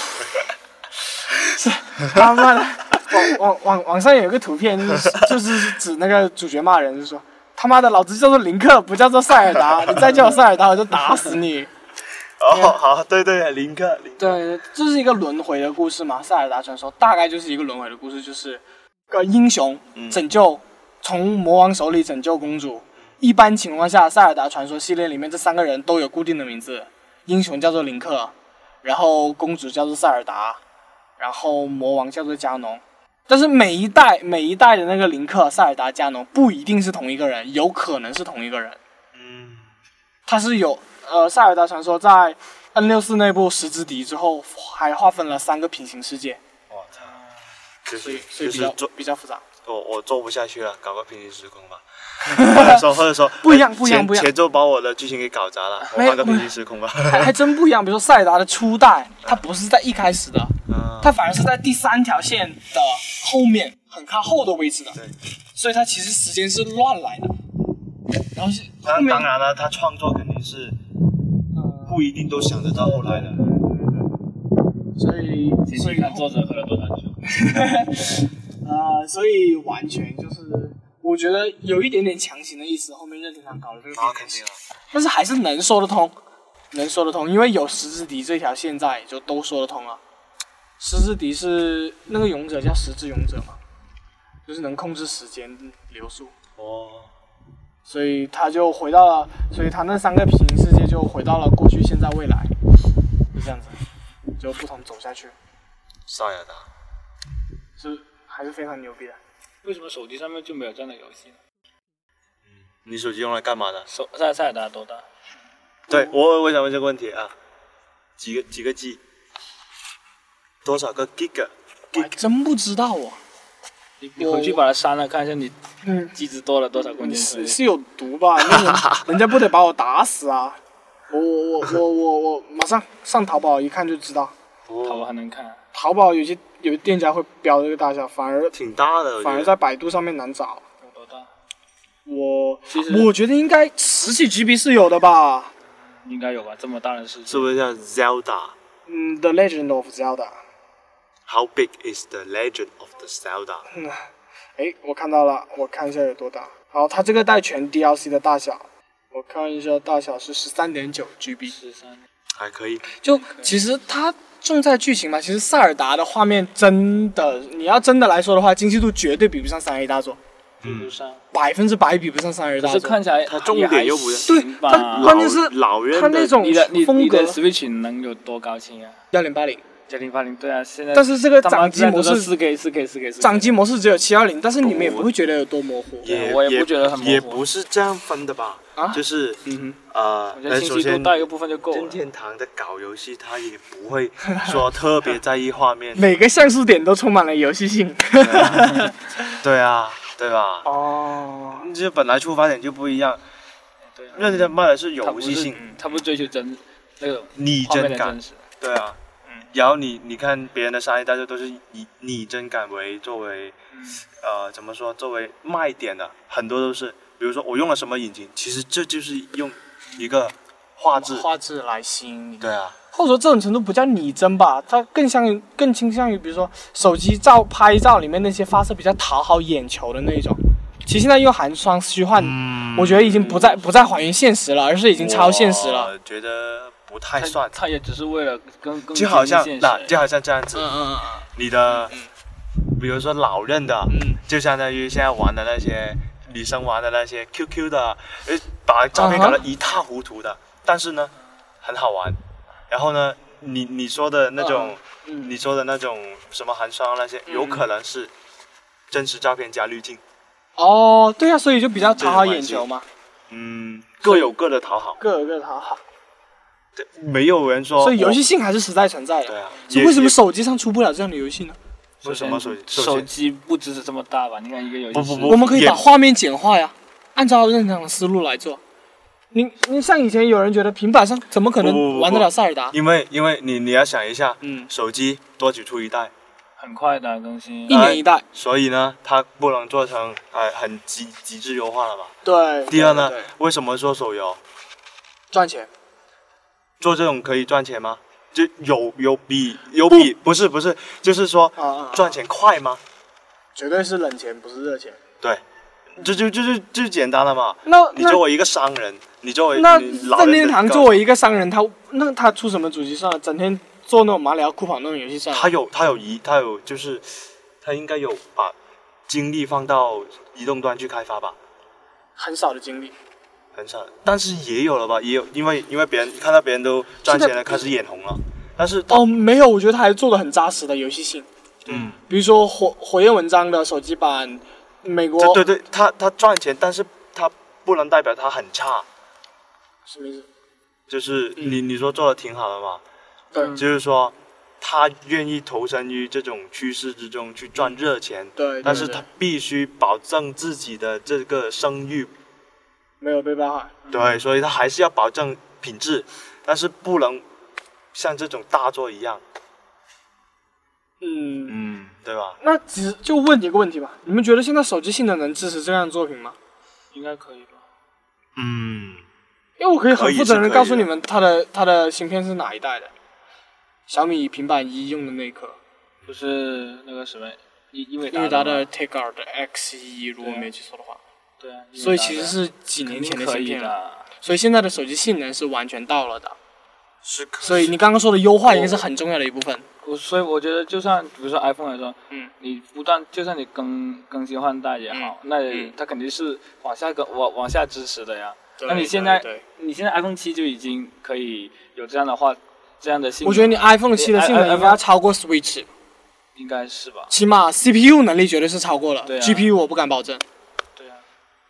是，他妈的，网网网网上有一个图片，就是就是指那个主角骂人，就说他妈的，老子叫做林克，不叫做塞尔达，你再叫我塞尔达，我就打死你。 哦，好，对对，林克，林克， 对，这是一个轮回的故事嘛，塞尔达传说大概就是一个轮回的故事，就是个英雄拯救、从魔王手里拯救公主。一般情况下，塞尔达传说系列里面这三个人都有固定的名字，英雄叫做林克，然后公主叫做塞尔达，然后魔王叫做加农。但是每一代每一代的那个林克、塞尔达、加农不一定是同一个人，有可能是同一个人。 嗯， 它是有呃，塞尔达传说在 N 六十四 那部十之敌之后，还划分了三个平行世界， 我操，就所以是所以比较就是做比较复杂。 我我做不下去了，搞个平行时空吧。或者说或者说不一样不一样前不一样前奏把我的剧情给搞砸了，我没有换个平行时空吧。 还还真不一样。比如说塞尔达的初代，它不是在一开始的， 嗯， 它反而是在第三条线的后面很靠后的位置的， 对， 所以它其实时间是乱来的。然后是后当面当然了，他创作肯定是嗯不一定都想得到后来的。 所以所以看作者喝了多少酒。 啊、所以完全就是我觉得有一点点强行的意思。后面任天堂搞的这个啊， 变形肯定啊。 但是还是能说得通，能说得通，因为有十之敌这条线在，就都说得通了。十之敌是那个勇者叫十之勇者嘛，就是能控制时间流速， 哦， 所以他就回到了，所以他那三个平行世界就回到了过去、现在、未来，就这样子，就不同走下去， 塞尔达。 是还是非常牛逼的。 为什么手机上面就没有这样的游戏呢？ 你手机用来干嘛的？ 手塞塞尔达多大？ 对我我想问这个问题啊，几个几个 G， 多少个 Gig？ 我还真不知道哦。 你你回去把它删了，看一下你嗯， 机子多了多少空间存是是有毒吧？那人人家不得把我打死啊！我我我我我我马上上淘宝一看就知道， 淘宝还能看。 淘宝有些有的店家会标这个大小，反而挺大的，我觉得反而在百度上面难找。 有多大？ 我其实我觉得应该十几 G B 是有的吧？ 应该有吧，这么大的世界。 是不是像 Zelda？ 嗯，《The Legend of Zelda》。 How big is the Legend of the Zelda？ 嗯，哎，我看到了，我看一下有多大。好，它这个带全 D L C 的大小，我看一下大小是十三点九 G B。 十三。 还可以。 就其实它重在剧情嘛，其实塞尔达的画面真的，你要真的来说的话，精细度绝对比不上三 A 大作， 比不上。 百分之百比不上三 A 大作。 可是看起来它重点又不是对对它关键是老院的它那种你的你风格你的 Switch 能有多高清啊？ 幺零八零， 幺零八零对啊，现在但是这个掌机模式四 K 四 K 四 K 四 K。 掌机模式只有七二零，但是你们也不会觉得有多模糊。 也我也不觉得很模糊也不是这样分的吧？ 啊就是嗯呃我觉，得首先清晰度到一个部分就够任了。 天堂的搞游戏，他也不会说特别在意画面哼，。每个像素点都充满了游戏性。 对啊，对吧？ 哦， 这本来出发点就不一样。 对啊， 任天堂卖的是它不是游戏性、 它不追求真那个拟画面真感的真，实。 对啊。然后你你看别人的商业大作都是以拟真感为作为，呃怎么说作为卖点的，很多都是，比如说我用了什么引擎，其实这就是用一个画质， 画质来吸引你。 对啊， 或者说这种程度不叫拟真吧，它更像于更倾向于比如说手机照拍照里面那些发射比较讨好眼球的那种。其实现在用寒霜虚幻， 嗯我觉得已经不再不再还原现实了，而是已经超现实了。 我觉得不不太算。 它也只是为了更更就好像接近现实那就好像这样子， 嗯嗯嗯你的，比如说老任的， 嗯就相当于现在玩的那些女生玩的那些 Q Q 的，呃，把照片搞得一塌糊涂的，但是呢，很好玩。然后呢，你你说的那种， 嗯你说的那种什么寒霜那些，有可能是真实照片加滤镜。 哦，对啊，所以就比较讨好眼球嘛， 嗯，各有各的讨好， 各有各的讨好。 对，没有人说。 所以游戏性还是实在存在的。 对啊。 所以为什么手机上出不了这样的游戏呢？ 为什么手手手机不支持这么大吧？你看一个游戏， 不不不， 我们可以把画面简化呀，按照正常的思路来做。你你像以前有人觉得平板上怎么可能玩得了塞尔达？ 因为因为你你要想一下， 嗯， 手机多久出一代？ 很快的更新， 一年一代， 所以呢，它不能做成呃很极极致优化了吧？ 对。 第二呢对对， 为什么做手游？ 赚钱。 做这种可以赚钱吗？就有有比有比不是不是，就是说啊啊啊赚钱快吗？ 绝对是冷钱，不是热钱。 对，这就就是就简单了嘛。 那那你作为一个商人，你作为那你老任天人的一个堂作为一个商人，他那他出什么主机算了？整天做那种马里奥、酷跑那种游戏算了。 他有他有移他有就是他应该有把精力放到移动端去开发吧。 很少的精力。 很少，但是也有了吧？也有，因为因为别人看到别人都赚钱了， 现在开始眼红了。但是哦，没有，我觉得他还做的很扎实的游戏性。 嗯， 比如说火火焰文章的手机版，美国。 对对，他他赚钱，但是他不能代表他很差。 什么意思？ 就是嗯你你说做的挺好的嘛， 对就是说他愿意投身于这种趋势之中去赚热钱， 对， 但是对他必须保证自己的这个声誉， 没有被败坏。 对，所以他还是要保证品质，但是不能像这种大作一样， 嗯， 嗯，对吧？ 那只就问一个问题吧，你们觉得现在手机性能能支持这样的作品吗？ 应该可以吧？ 嗯， 因为我可以很负责任地告诉可以是可以的你们，它的它的芯片是哪一代的。小米平板一用的那颗， 不是那个什么英英伟英伟达的的吗 Tegra 的 X 一，如果没记错的话。 对啊， 所以其实是几年前肯定可以的芯片了。 的。 所以现在的手机性能是完全到了的。 是可。 所以你刚刚说的优化应该是很重要的一部分。 我所以我觉得，就算比如说 iPhone 来说， 嗯， 你不断就算你更更新换代也好，那嗯它肯定是往下更往往下支持的呀。 对那你现在对对你现在 iPhone 七就已经可以有这样的话，这样的性能。 我觉得你 iPhone 七的性能你应该要超过 Switch， 应该是吧？ 起码 C P U 能力绝对是超过了、 对啊 G P U 我不敢保证。 对啊。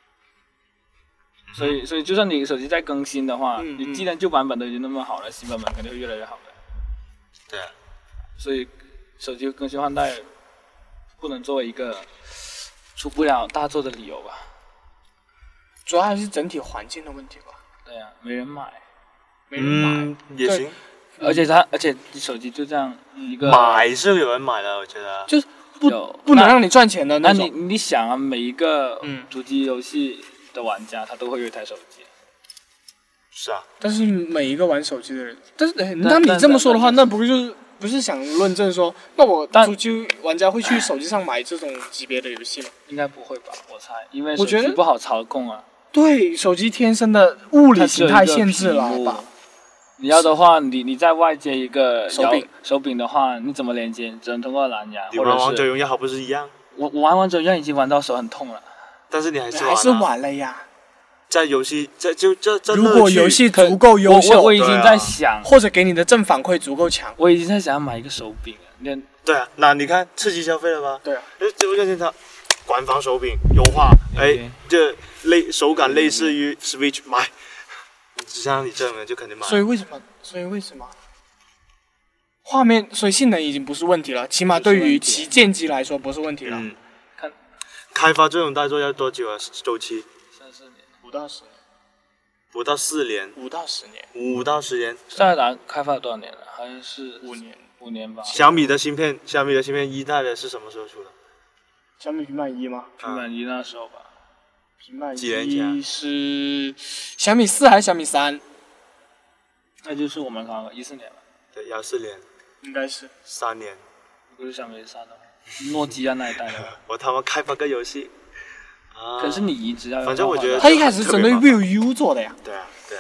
所以所以就算你手机再更新的话， 嗯你既然旧版本都已经那么好了，新版本肯定会越来越好的。 对啊。 所以手机更新换代不能作为一个出不了大作的理由吧？ 主要还是整体环境的问题吧， 对呀、没人买， 没人买。 嗯，也对行， 而且它而且手机就这样一个买是有人买的，我觉得。 就是不有不能让你赚钱的那你种。 你想啊，每一个嗯主机游戏的玩家他都会有一台手机。 是啊。 但是每一个玩手机的人，但是哎但那你这么说的话， 但那不就是不是想论证说，那我但主机玩家会去手机上买这种级别的游戏吗？ 应该不会吧？我猜，因为手我觉得机不好操控啊。 对，手机天生的物理它只有一个形态限制了屏幕吧？ 你要的话，你你在外接一个手柄摇手柄的话，你怎么连接？只能通过蓝牙， 你玩或者是王者荣耀还不是一样？ 我我玩王者荣耀已经玩到手很痛了。 但是你还是玩、啊。 还是玩了呀。 在游戏，在就这这如果游戏足够优我我秀， 我已经在想， 或者给你的正反馈足够强， 我已经在想要买一个手柄了。你看对啊，那你看刺激消费了吧？ 对啊， 就就任天堂官方手柄优化，哎 OK， 这类手感类似于 Switch 买，像你这种人就肯定买。 所以为什么？所以为什么？画面，所以性能已经不是问题了，起码对于旗舰机来说不是问题了。 嗯， 看开发这种大作要多久啊？周期？ 三四年， 五到十年， 不到四年， 五到十年， 五到十年。 塞尔达开发了多少年了？好像是五年， 五年吧。 小米的芯片，小米的芯片一代的是什么时候出的？ 小米平板一吗？ 平板一那时候吧。 平板几年前一是小米四还是小米三？ 那就是我们刚刚一四年吧， 对，幺四年， 应该是。 三年。 不是小米三的吗？诺基亚那一代的吧。 我他妈开发个游戏，啊！ 可是你移植要用反正我觉得它一开始是针对特别麻 Wii U 做的呀。 对啊，对啊。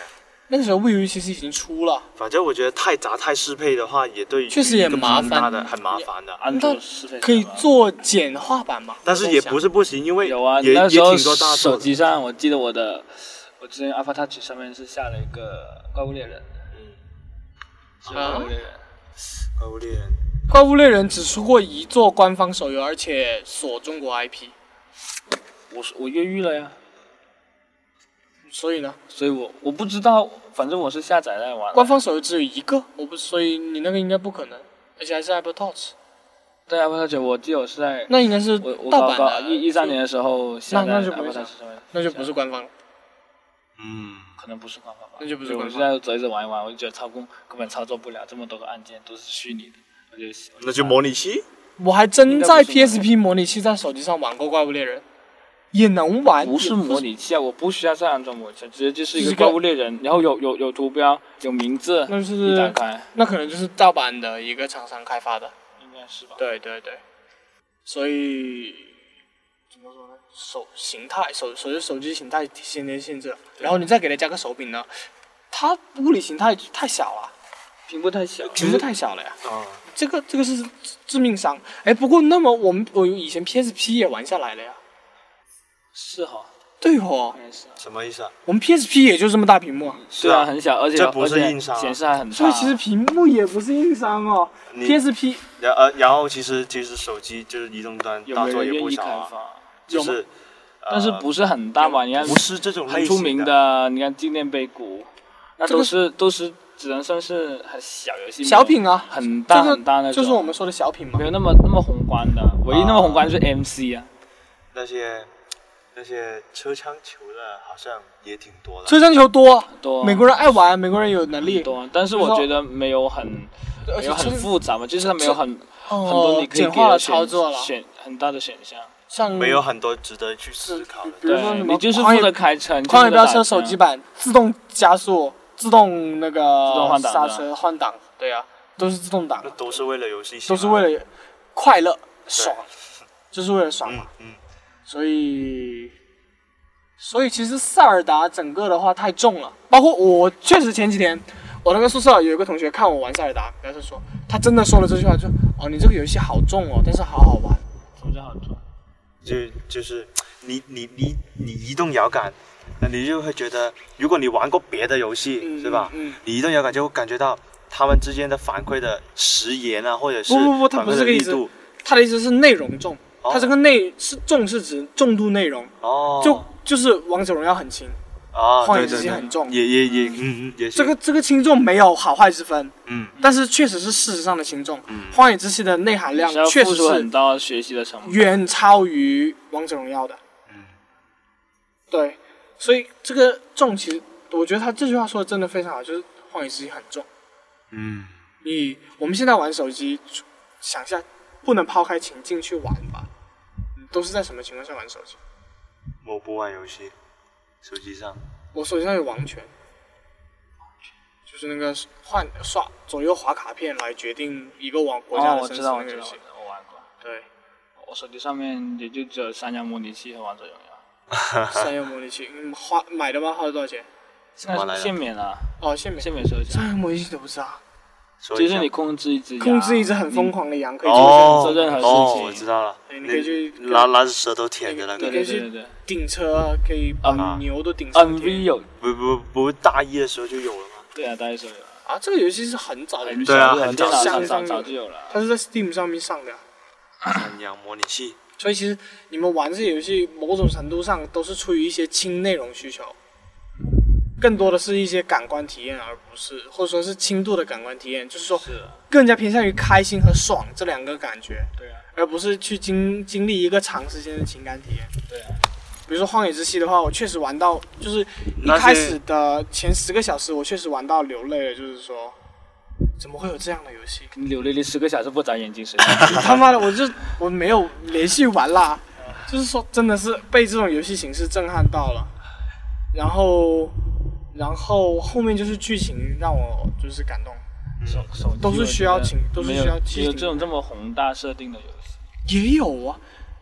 那个时候 Wii U 其实已经出了， 反正我觉得太杂太适配的话，也对确实也一个麻烦蛮大的，很麻烦的。 安卓适配可以做简化版嘛？ 但是也不是不行，因为有啊， 也那时候也挺多大手作。 机上我记得我的，我之前 Alpha Touch 上面是下了一个怪物猎人， 嗯， 是怪物猎人。 怪物猎人， 怪物猎人只出过一座官方手游，而且锁中国 I P， 我是我越狱了呀， 所以呢， 所以我我不知道，反正我是下载来玩。 官方手游只有一个，我不，所以你那个应该不可能，而且还是 Apple Touch， 对 Apple Touch 我记得我是在那应该是我我盗高高版的， 一一三年的时候下载那那就不 Apple 会 Touch 上面， 那就不是官方， 嗯， 可能不是官方吧， 那就不是对官方我就在走一走玩一玩，我就觉得操控根本操作不了，这么多个按键都是虚拟的，我就那就模拟器。 我还真在应该不是 P S P 模拟器在手机上玩过怪物猎人，也能玩， 不是也模拟器啊，我不需要再安装模拟器，直接就是一就是个个怪物猎人，然后有有有图标，有名字， 那就是一打开， 那可能就是盗版的一个厂商开发的， 应该是吧？ 对对对，所以怎么说呢？手形态手手手机形态先天限制，然后你再给它加个手柄呢，它物理形态太小了， 屏幕太小， 屏幕太小了呀。 啊， 这个这个是致命伤。哎，不过那么我们我以前 P S P 也玩下来了呀。 是哈， 对哦， 应该是啊。 什么意思啊？ 我们 P S P 也就这么大屏幕啊， 对啊，很小，而且这不是而且硬伤啊显示还很差。 所以其实屏幕也不是硬伤哦。 你 P S P 然呃，然后其实其实手机就是移动端有没大作也有人愿意开不少啊， 发？ 就是，呃但是不是很大吧？你看， 不是这种类型很出名的，你看纪念碑谷，那这个都是都是只能算是很小游戏， 小品啊， 很大这个很大那种， 就是我们说的小品嘛没。有那么那么宏观的，唯一那么宏观就是 M C 啊。 那些那些车枪球的，好像也挺多的。 车厢球多， 多美国人爱玩，美国人有能力。 多，但是我觉得没有很而且没有很这复杂嘛，就是它没有很很哦多你可以简化了给的选操作了， 选很大的选项。 像没有很多值得去思考的。 比如说对什么你就是狂野负责开车，你就旷野飙车负责打手机版自动加速、自动那个自动换挡刹的车换挡，对啊，都是自动挡那，都是为了游戏性啊， 都是为了快乐爽，就是为了爽嘛。 嗯嗯， 所以，所以其实塞尔达整个的话太重了，包括我确实前几天我那个宿舍有一个同学看我玩塞尔达，他是说他真的说了这句话，就哦你这个游戏好重哦，但是好好玩。 什么叫好做？ 就就是你你你你移动摇杆，那你就会觉得，如果你玩过别的游戏， 嗯是吧？ 嗯嗯你移动摇杆就会感觉到他们之间的反馈的时延啊，或者是不不不，他反馈不是这个意思的力度。， 他的意思是内容重， 哦他这个内是重是指重度内容， 哦， 就就是王者荣耀很轻， 啊， 荒野之对对对， 息很重也也也，嗯嗯，也是这个这个轻重没有好坏之分， 嗯但是确实是事实上的轻重。 嗯荒野之息的内涵量是要确实付出很是大的学习的成本。 远超于王者荣耀的， 嗯对，所以这个重其实我觉得他这句话说的真的非常好，就是荒野之息很重。 嗯， 你我们现在玩手机，想一下，不能抛开情境去玩吧？你都是在什么情况下玩手机？ 我不玩游戏，手机上我手机上有王权，就是那个换刷左右滑卡片来决定一个网国家哦， 的生死我知道，我知道， 那个游戏。 我玩过。 对， 我手机上面也就只有三洋模拟器和王者荣耀， 三元模拟器，嗯花买的吗？花了多少钱？ 现在是限免了， 哦，限免。 限免收钱。 三元模拟器都不知道， 说一下就是你控制一只羊， 控制一只很疯狂的羊，可以哦做任何事哦， 情我知道了， 对你可以去拿拿着舌头舔的那个你可以去对对对对顶车啊，可以把啊牛都顶上 ，N 天。 V 有， 不不不，大一的时候就有了吗？ 对啊，大概是有。 啊，这个游戏是很早的游戏， 对啊很很早电脑上早上上早就有了。 它是在 Steam 上面上的。 三阳模拟器， 所以其实你们玩这些游戏，某种程度上都是出于一些轻内容需求，更多的是一些感官体验，而不是或者说是轻度的感官体验，就是说是啊， 更加偏向于开心和爽这两个感觉， 对啊， 而不是去经经历一个长时间的情感体验。 对啊。 比如说《荒野之息》的话，我确实玩到，就是一那些开始的前十个小时，我确实玩到流泪了，就是说，怎么会有这样的游戏？ 你流泪了十个小时不眨眼睛，谁？ 他妈的，我就我没有连续玩啦，就是说真的是被这种游戏形式震撼到了，然后，然后后面就是剧情让我就是感动， 手手机都是需要我觉得情都是没有需要激情只有这种这么宏大设定的游戏。 也有啊，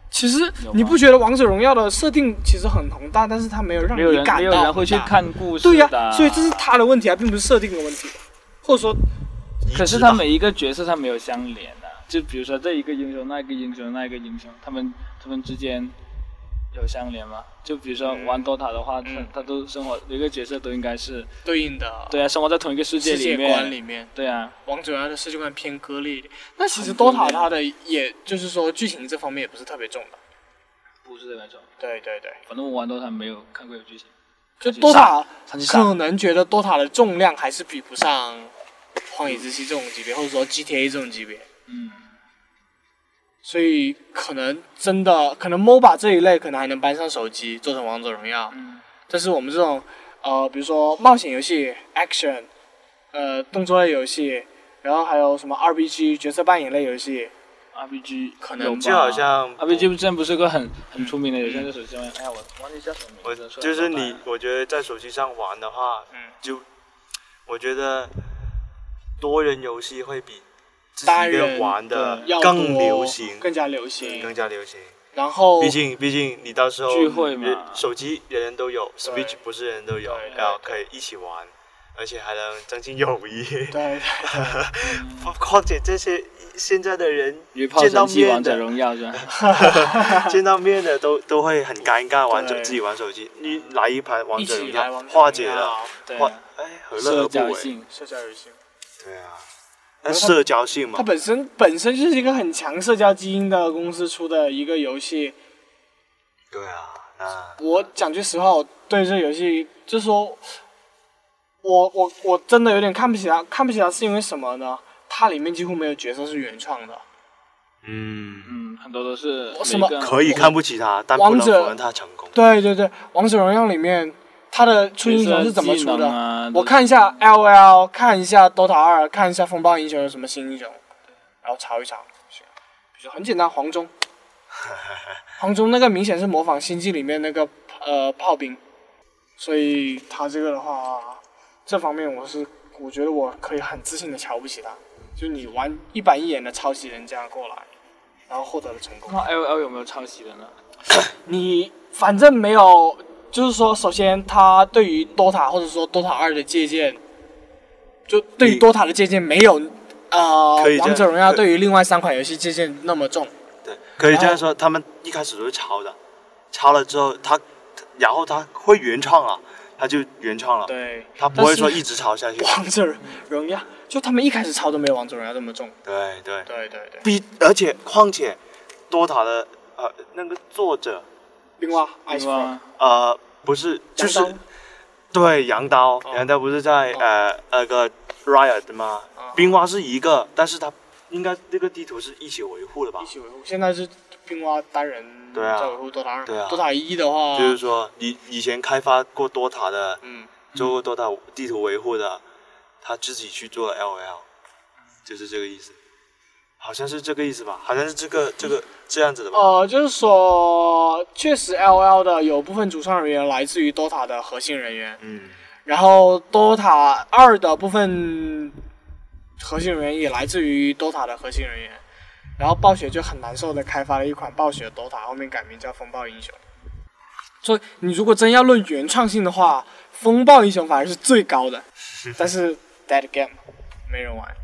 其实你不觉得王者荣耀的设定其实很宏大，但是它没有让你感到没有人没有人会去看故事的。 对呀、啊，所以这是他的问题啊，并不是设定的问题，或者说， 可是他每一个角色他没有相连啊，就比如说这一个英雄，那一个英雄，那一个英雄，他们他们之间有相连吗？就比如说玩 D O T A 的话，他、嗯、他都生活一个角色都应该是对应的， 对啊，生活在同一个世界里面， 世界观里面， 对啊。 王者荣耀的世界观偏割裂一点，那其实 D O T A 它的也就是说剧情这方面也不是特别重的， 不是特别重。 对对对， 反正我玩 D O T A 没有看过有剧情， 就 D O T A 可能觉得 D O T A 的重量还是比不上荒野之息这种级别，或者说 G T A 这种级别， 嗯。 所以可能真的，可能 M O B A 这一类可能还能搬上手机做成王者荣耀， 嗯， 但是我们这种呃，比如说冒险游戏、action， 呃，动作类游戏，然后还有什么 R P G 角色扮演类游戏 ，R P G 可能就好像 R P G 之前不是个很很出名的游戏，在手机上面，哎呀，我忘记叫什么名字。 就是你，我觉得在手机上玩的话，嗯，就我觉得多人游戏会比自己一个人玩的更流行， 更加流行， 更加流行。 然后， 毕竟毕竟你到时候聚会嘛， 手机人人都有 ，Switch 不是人人都有，然后可以一起玩，而且还能增进友谊。 对对。 况且这些现在的人见到面的，王者荣耀是吧？见到面的都都会很尴尬，玩着自己玩手机。你来一盘王者荣耀，化解了，化哎何乐而不为？ 社交游戏。 对啊。社交性嘛， 它本身本身就是一个很强社交基因的公司出的一个游戏。 对啊，那我讲句实话，我对这游戏就是说，我我我真的有点看不起它，看不起它是因为什么呢？它里面几乎没有角色是原创的。 嗯嗯，很多都是什么可以看不起它，但不能否认它成功。 对对对，王者荣耀里面。它的出英雄是怎么出的？ 啊、 我看一下 L O L， 看一下 D O T A 二，看一下风暴英雄有什么新英雄，然后查一查。比如很简单，黄忠，黄忠那个明显是模仿星际里面那个呃炮兵，所以他这个的话，这方面我是我觉得我可以很自信的瞧不起他，就你玩一板一眼的抄袭人家过来，然后获得了成功。 那 L O L 有没有抄袭的呢？ 你反正没有。就是说，首先，它对于 D O T A 或者说 D O T A 二的借鉴，就对于 D O T A 的借鉴没有呃王者荣耀对于另外三款游戏借鉴那么重。 对，可以这样说，他们一开始都是抄的，抄了之后，他然后他会原创了，他就原创了。 对， 他不会说一直抄下去。 王者荣耀就他们一开始抄都没有王者荣耀那么重。 对对对对对。 比而且况且 D O T A 的呃那个作者。 冰蛙 ，Ice Frog， 呃，不是，就是对羊刀，哦、羊刀不是在、哦、呃那个 Riot 吗？哦、冰蛙是一个，但是他应该这个地图是一起维护的吧？ 一起维护，现在是冰蛙单人在维护 D O T A 二。 对啊 ，D O T A 一的话， 就是说以以前开发过 D O T A 的， 嗯， 做过 D O T A 地图维护的，他自己去做了 L O L， 就是这个意思。好像是这个意思吧，好像是这个这个这样子的吧。 呃，就是说，确实 L O L 的有部分主创人员来自于 D O T A 的核心人员， 嗯， 然后 D O T A 二的部分核心人员也来自于 D O T A 的核心人员，然后暴雪就很难受的开发了一款暴雪 D O T A， 后面改名叫风暴英雄。所以你如果真要论原创性的话，风暴英雄反而是最高的，但是 Dead Game 没人玩。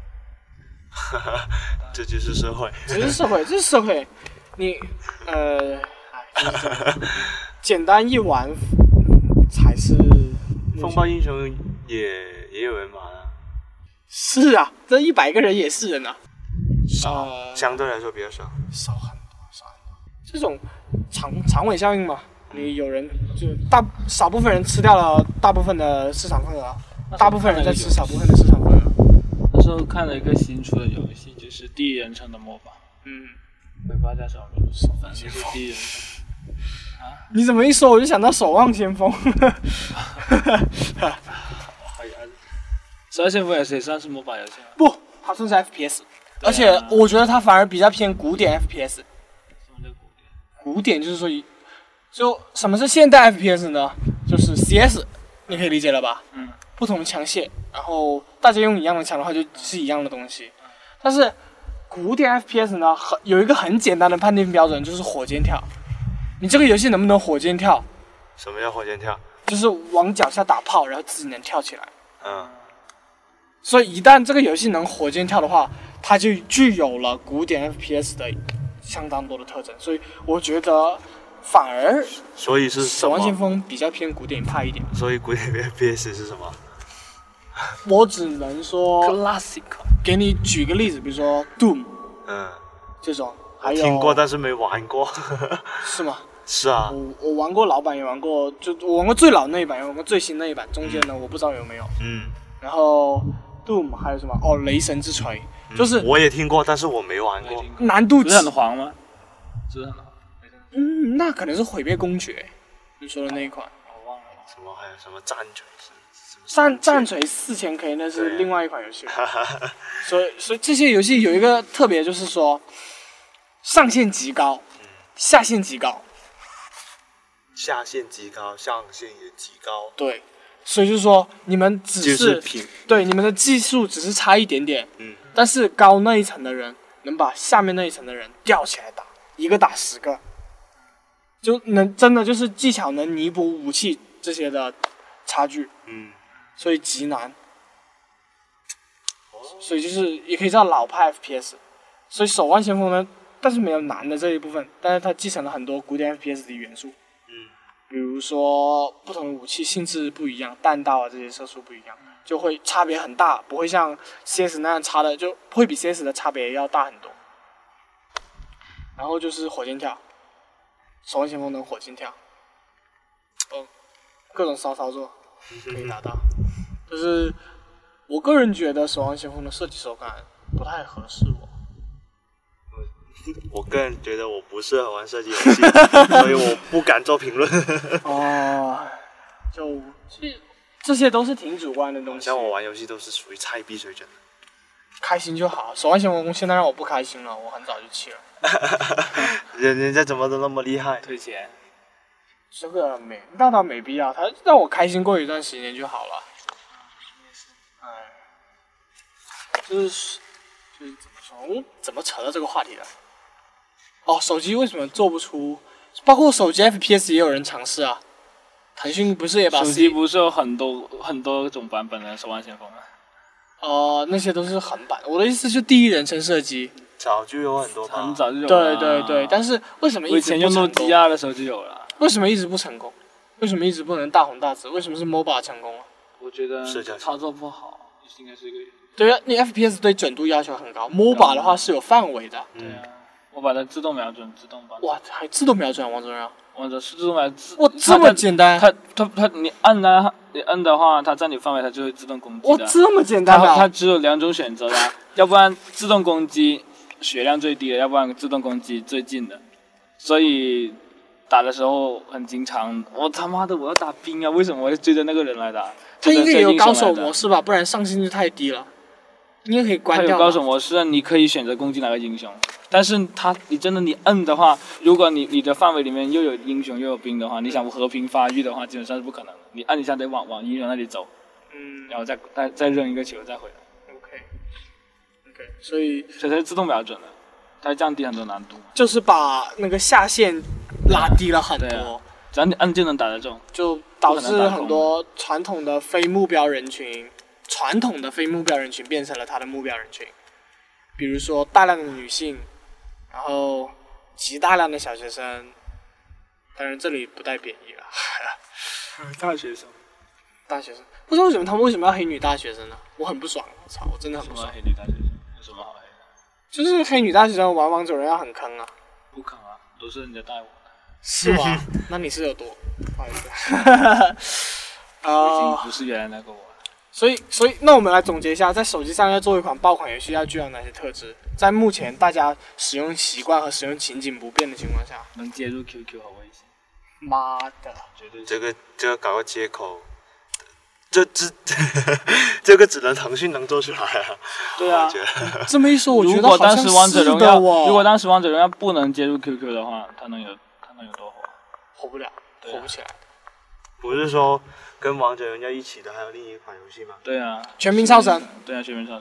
这就是社会， 这是社会，这是社会。你呃，简单一玩才是。 风暴英雄也也有人玩啊。 是啊，这一百个人也是人啊。 少、呃，相对来说比较少。 少很多，少很多。这种长长尾效应嘛，你有人就大少部分人吃掉了大部分的市场份额，大部分人在吃少部分的市场份额。 那时候看了一个新出的游戏，就是第一人称的 M O B A， 嗯， 我也不知道叫什么名字，反正就是第一人称。啊？ 你怎么一说我就想到《守望先锋》 守望先锋也是也算是 M O B A 游戏吗？ 不，它算是 F P S，、啊、而且我觉得它反而比较偏古典 F P S。 什么叫古典？ 古典就是说，就什么是现代 F P S 呢？就是 C S， 你可以理解了吧？ 嗯。不同的枪械，然后大家用一样的枪的话，就是一样的东西。但是古典 F P S 呢，很有一个很简单的判定标准，就是火箭跳。你这个游戏能不能火箭跳？ 什么叫火箭跳？ 就是往脚下打炮，然后自己能跳起来。 嗯。 所以一旦这个游戏能火箭跳的话，它就具有了古典 F P S 的相当多的特征。所以我觉得反而， 所以是守望先锋比较偏古典派一点。 所以古典 F P S 是什么？ 我只能说 classic。 给你举个例子，比如说 Doom， 嗯， 这种，还有听过但是没玩过。 是吗？ 是啊。 我我玩过老版，也玩过，就我玩过最老那一版，也玩过最新那一版，中间呢、嗯、我不知道有没有。 嗯。 然后 Doom 还有什么？哦，雷神之锤， 嗯、 就是我也听过，但是我没玩过。 难度不是很黄吗？是很黄。 嗯，那可能是毁灭公爵，你说的那一款。 我忘了。 什么还有什么战锤？ 战战锤四千 K 那是另外一款游戏。所以所以这些游戏有一个特别，就是说上限极高，嗯、下限极高。 下限极高，上限也极高。 对，所以就是说你们只是、 就是平对你们的技术只是差一点点， 嗯， 但是高那一层的人能把下面那一层的人吊起来打，一个打十个，就能真的就是技巧能弥补武器这些的差距， 嗯， 所以极难。所以就是也可以叫老派 F P S， 所以守望先锋呢，但是没有难的这一部分，但是它继承了很多古典 F P S 的元素， 嗯， 比如说不同的武器性质不一样，弹道啊这些射速不一样，就会差别很大，不会像 C S 那样差的，就会比 C S 的差别要大很多。然后就是火箭跳，守望先锋能火箭跳，嗯，各种骚操作可以达到，就是我个人觉得守望先锋的设计手感不太合适我。 我个人觉得我不适合玩射击游戏，所以我不敢做评论。 哦，就这这些都是挺主观的东西。 像我玩游戏都是属于菜逼水准的， 开心就好。守望先锋现在让我不开心了，我很早就弃了。 人人家怎么都那么厉害？ 退钱。 这个没，那倒没必要，他让我开心过一段时间就好了。哎，就是就是怎么说？我怎么扯到这个话题的？哦，手机为什么做不出？包括手机 F P S 也有人尝试啊。腾讯不是也把手机不是有很多很多种版本的守望先锋吗？ 哦、呃，那些都是横版。我的意思是第一人称射击。 早就有很多吧， 很早就有了。 对对对，但是为什么一直不成功？ 我以前用诺基亚的时候就有了。 为什么一直不成功？为什么一直不能大红大紫？为什么是 M O B A 成功啊？ 我觉得操作不好，应该是一个原因。 对啊，你 F P S 对准度要求很高 ，M O B A 的话是有范围的。 对啊，我把它自动瞄准，自动把。 哇，还自动瞄准王者荣耀？ 王者是自动瞄准。 哇，这么简单？ 它它它，你按它，你摁的话，它在你范围，它就会自动攻击的。 哇，这么简单的、啊？ 它它只有两种选择的，要不然自动攻击。血量最低的，要不然自动攻击最近的，所以打的时候很经常，我他妈的我要打兵啊！为什么我要追着那个人来打？ 他应该有高手模式吧，不然上限就太低了。你也可以关掉。 它有高手模式啊，你可以选择攻击哪个英雄，但是他你真的你摁的话，如果你你的范围里面又有英雄又有兵的话，你想和平发育的话，基本上是不可能的。你按一下得往往英雄那里走， 嗯， 然后再再再扔一个球再回来。 所以， 所以它是自动瞄准的，它降低很多难度， 就是把那个下限拉低了很多， 啊、只要你按就能打得中， 就导致很多传统的非目标人群，传统的非目标人群变成了他的目标人群，比如说大量的女性，然后极大量的小学生，当然这里不带贬义了， 大学生， 大学生，不知道为什么他们为什么要黑女大学生呢？我很不爽，我操，我真的很不爽。 黑女大学生有什么好黑的？ 就是黑女大学生玩王者荣耀很坑啊。 不坑啊，都是人家带我的。 是吗？那你是有多？不好意思。 我已经不是原来那个我了。 所以，所以，那我们来总结一下，在手机上要做一款爆款游戏，要具有哪些特质？在目前大家使用习惯和使用情景不变的情况下， 能接入 Q Q 和微信。 妈的， 绝对这个这个搞个接口。这这这个只能腾讯能做出来啊！ 对啊， 这么一说，我觉得好像是的。如果当时王者荣耀， 哦、 如果当时王者荣耀不能接入 Q Q 的话，它能有它能有多火？ 火不了，啊、火不起来。 不是说跟王者荣耀一起的还有另一款游戏吗？ 对啊， 全民超神。 对啊，全民超神。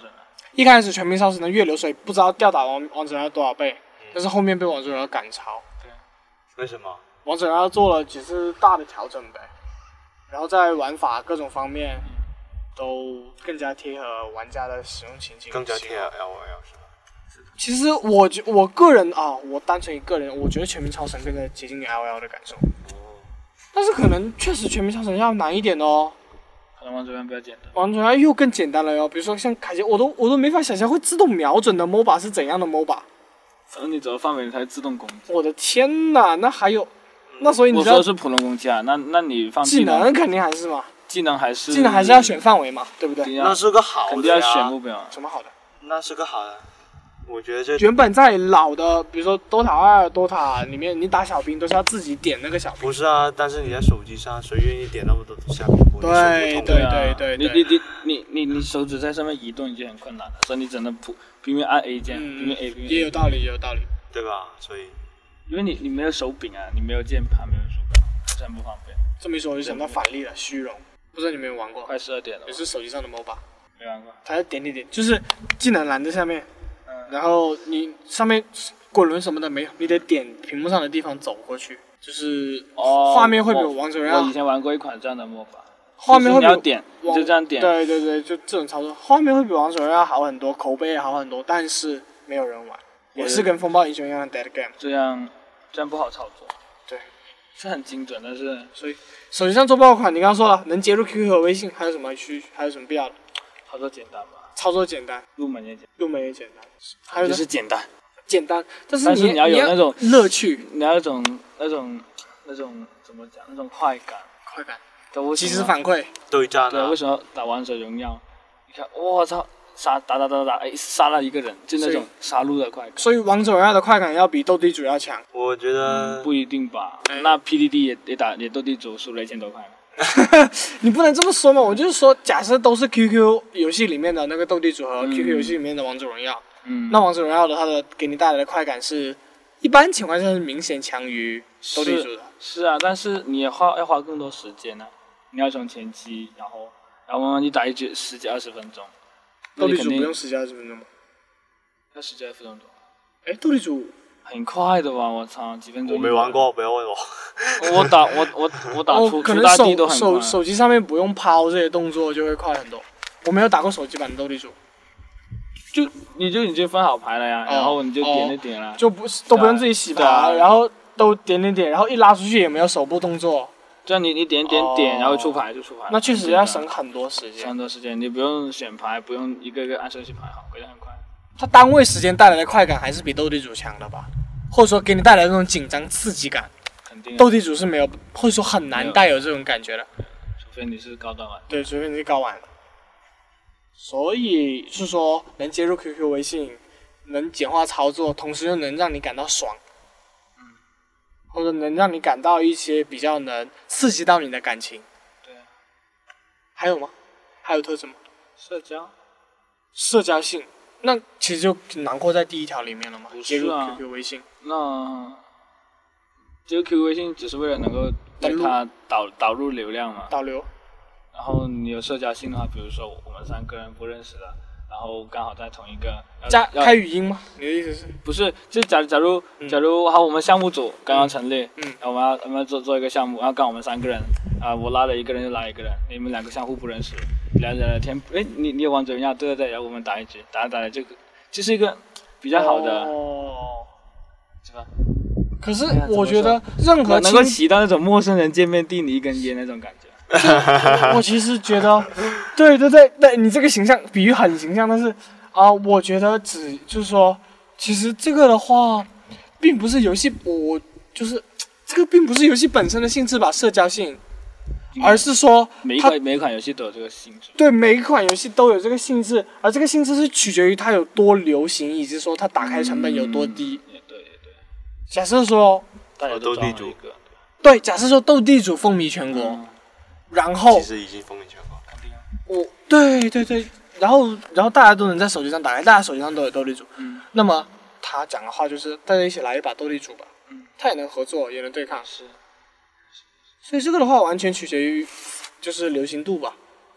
一开始全民超神的月流水不知道吊打王王者荣耀多少倍，嗯、但是后面被王者荣耀赶超。 对，为什么？ 王者荣耀做了几次大的调整呗，然后在玩法各种方面都更加贴合玩家的使用情境， 更加贴合 L O L 是吧？ 其实我觉我个人啊，我单纯一个人，我觉得全民超神更加接近于 L O L 的感受。哦。但是可能确实全民超神要难一点哦。 可能王者荣耀比较简单。 王者荣耀又更简单了哟，比如说像凯杰，我都我都没法想象会自动瞄准的 M O B A 是怎样的 M O B A。 反正你走的范围它会自动攻击。 我的天哪，那还有，那所以你我说的是普通攻击啊，那那你放技能肯定还是嘛。 技能还是。 技能还是要选范围嘛，对不对？ 那是个好的呀。 肯定要选目标。 什么好的？ 那是个好的。我觉得这原本在老的，比如说 D O T A 二、D O T A 里面，你打小兵都是要自己点那个小兵。 不是啊，但是你在手机上，谁愿意点那么多小兵？ 对对对对， 你你你你你你手指在上面移动已经很困难了，所以你只能普拼命按 A 键，拼命 A 拼命。 也有道理，也有道理， 对吧？所以， 因为你你没有手柄啊，你没有键盘，没有鼠标，还是很不方便。 这么一说，我就想到反例了，虚荣，不知道你们有玩过？ 快十二点了。 也是手机上的 M O B A。 没玩过。 它点点点，就是技能栏在下面。然后你上面滚轮什么的没有，你得点屏幕上的地方走过去，就是画面会比王者荣耀。 我以前玩过一款这样的 M O B A， 画面会比你要点，你就这样点。 对对对，就这种操作，画面会比王者荣耀好很多，口碑也好很多，但是没有人玩，也是跟风暴英雄一样的 dead game。 这样这样不好操作。 对， 是很精准，但是所以手机上做爆款，你刚刚说了能接入 Q Q 和微信，还有什么需还有什么必要的？ 操作简单吧。 操作简单， 入门也简单， 入门也简单，还有就是简单， 简单，但是你, 但是你要有那种乐趣， 你要有种那种那种怎么讲，那种快感， 快感， 及时反馈， 对战、啊。 对，为什么打王者荣耀？你看，我操，杀打打打打，哎，杀了一个人，就那种杀戮的快感。 所以王者荣耀的快感要比斗地主要强。 我觉得、 嗯、不一定吧，哎、那 P D D 也也打也斗地主输了一千多块。 你不能这么说嘛！我就是说，假设都是 Q Q 游戏里面的那个斗地主和 Q Q 游戏里面的王者荣耀， 嗯， 那王者荣耀的它的给你带来的快感是，一般情况下是明显强于斗地主的。 是, 是啊，但是你也花要花更多时间呢、啊，你要从前期，然后然后慢慢去打一局十几二十分钟。 斗地主不用十几二十分钟吗？ 要十几二十分钟。 哎，斗地主。 很快的吧，我操，几分钟。 我没玩过，不要问我。 我打我我我打出、 哦、可能大地都很快。 手手机上面不用抛这些动作就会快很多。我没有打过手机版的斗地主， 就你就已经分好牌了呀，哦、然后你就点就点了， 哦、就不都不用自己洗牌、啊，然后都点点点，然后一拉出去也没有手部动作。 这样你你点点点，哦、然后出牌就出牌。 那确实要省很多时间。 省很多时间，你不用选牌，不用一个个按顺序排好，可以很快。 它单位时间带来的快感还是比斗地主强的吧？或者说给你带来的那种紧张刺激感， 肯定、啊。 斗地主是没有，或者说很难带有这种感觉的。 除非你是高端玩。 对，除非你是高玩。所以是说能接入 Q Q 微信，能简化操作，同时又能让你感到爽， 嗯， 或者能让你感到一些比较能刺激到你的感情。 对。 还有吗？还有特征吗？ 社交。 社交性。那其实就囊括在第一条里面了嘛，接入 Q Q 微信。 那接入 Q Q 微信只是为了能够为它导导入流量嘛。 导流。 然后你有社交性的话，比如说我们三个人不认识的，然后刚好在同一个。 加开语音吗？你的意思是？ 不是，就假假如、嗯、假如好，我们项目组刚刚成立， 嗯， 然后我们要我们要做做一个项目，然后刚好我们三个人，啊、呃，我拉了一个人就拉一个人，你们两个相互不认识。聊聊聊天，哎，你你有王者荣耀？对对对，然后我们打一局，打着打着这个，这是一个比较好的， 哦， 是吧？ 可是我觉得任何能够起到那种陌生人见面递你一根烟那种感觉。 我其实觉得，对对对对，你这个形象比喻很形象，但是啊、呃，我觉得只就是说，其实这个的话，并不是游戏，我就是这个并不是游戏本身的性质吧，社交性。而是说， 每一款每一款游戏都有这个性质。 对，每一款游戏都有这个性质，而这个性质是取决于它有多流行，以及说它打开成本有多低。 嗯、也对也对。 假设说， 大家都地主。 对，假设说斗地主风靡全国， 嗯、 然后其实已经风靡全国。 我，对对对，然后然后大家都能在手机上打开，大家手机上都有斗地主。 嗯。 那么他讲的话就是大家一起来一把斗地主吧。 嗯。 他也能合作，也能对抗。 是。 所以这个的话完全取决于就是流行度吧。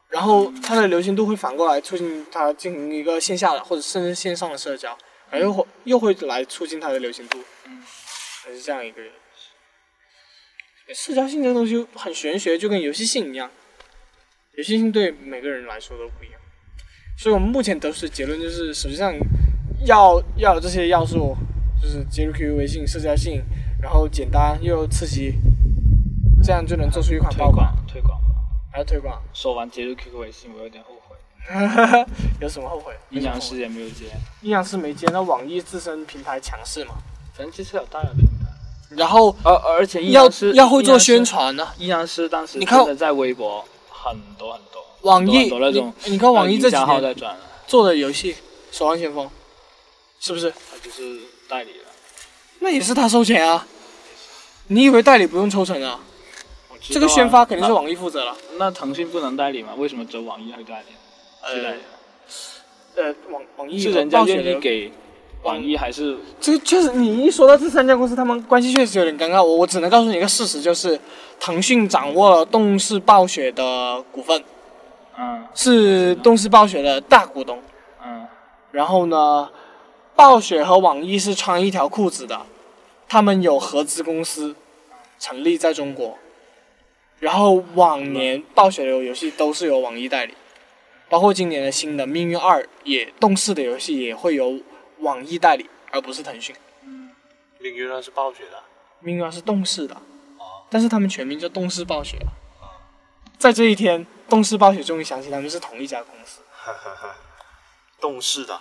然后它的流行度会反过来促进它进行一个线下的或者甚至线上的社交，然后又会又会来促进它的流行度，嗯，是这样一个人。社交性这个东西很玄学，就跟游戏性一样，游戏性对每个人来说都不一样。所以我们目前得出的结论就是，实际上要要有这些要素，就是接入 Q Q 微信、社交性，然后简单又刺激，这样就能做出一款爆款。 推广， 还要推广。 说完接入 Q Q 微信，我有点后悔。 有什么后悔？ 阴阳师也没有接。 阴阳师没接，那网易自身平台强势嘛？ 反正这是有大的平台。 然后， 而而且阴阳师要要会做宣传呢、啊。 阴阳师当时你看真的在微博很多很多。 网易很多那种你，你看网易这几年在做的游戏《守望先锋》，是不是？ 他就是代理了。 那也是他收钱啊！你以为代理不用抽成啊？ 啊这个宣发肯定是网易负责了。 那, 那腾讯不能代理吗？为什么只有网易会代理？ 呃，代理呃，网网易是人家愿意给网易还是？ 这个确实，你一说到这三家公司，他们关系确实有点尴尬。我我只能告诉你一个事实，就是腾讯掌握了动视暴雪的股份。 嗯， 是动视暴雪的大股东。 嗯， 然后呢，暴雪和网易是穿一条裤子的，他们有合资公司成立在中国。然后往年暴雪的游戏都是由网易代理，包括今年的新的《命运二》也动视的游戏也会由网易代理，而不是腾讯。 嗯，命运二是暴雪的。 命运二是动视的。 哦。 但是他们全名叫动视暴雪。在这一天，动视暴雪终于想起他们是同一家公司。 动视的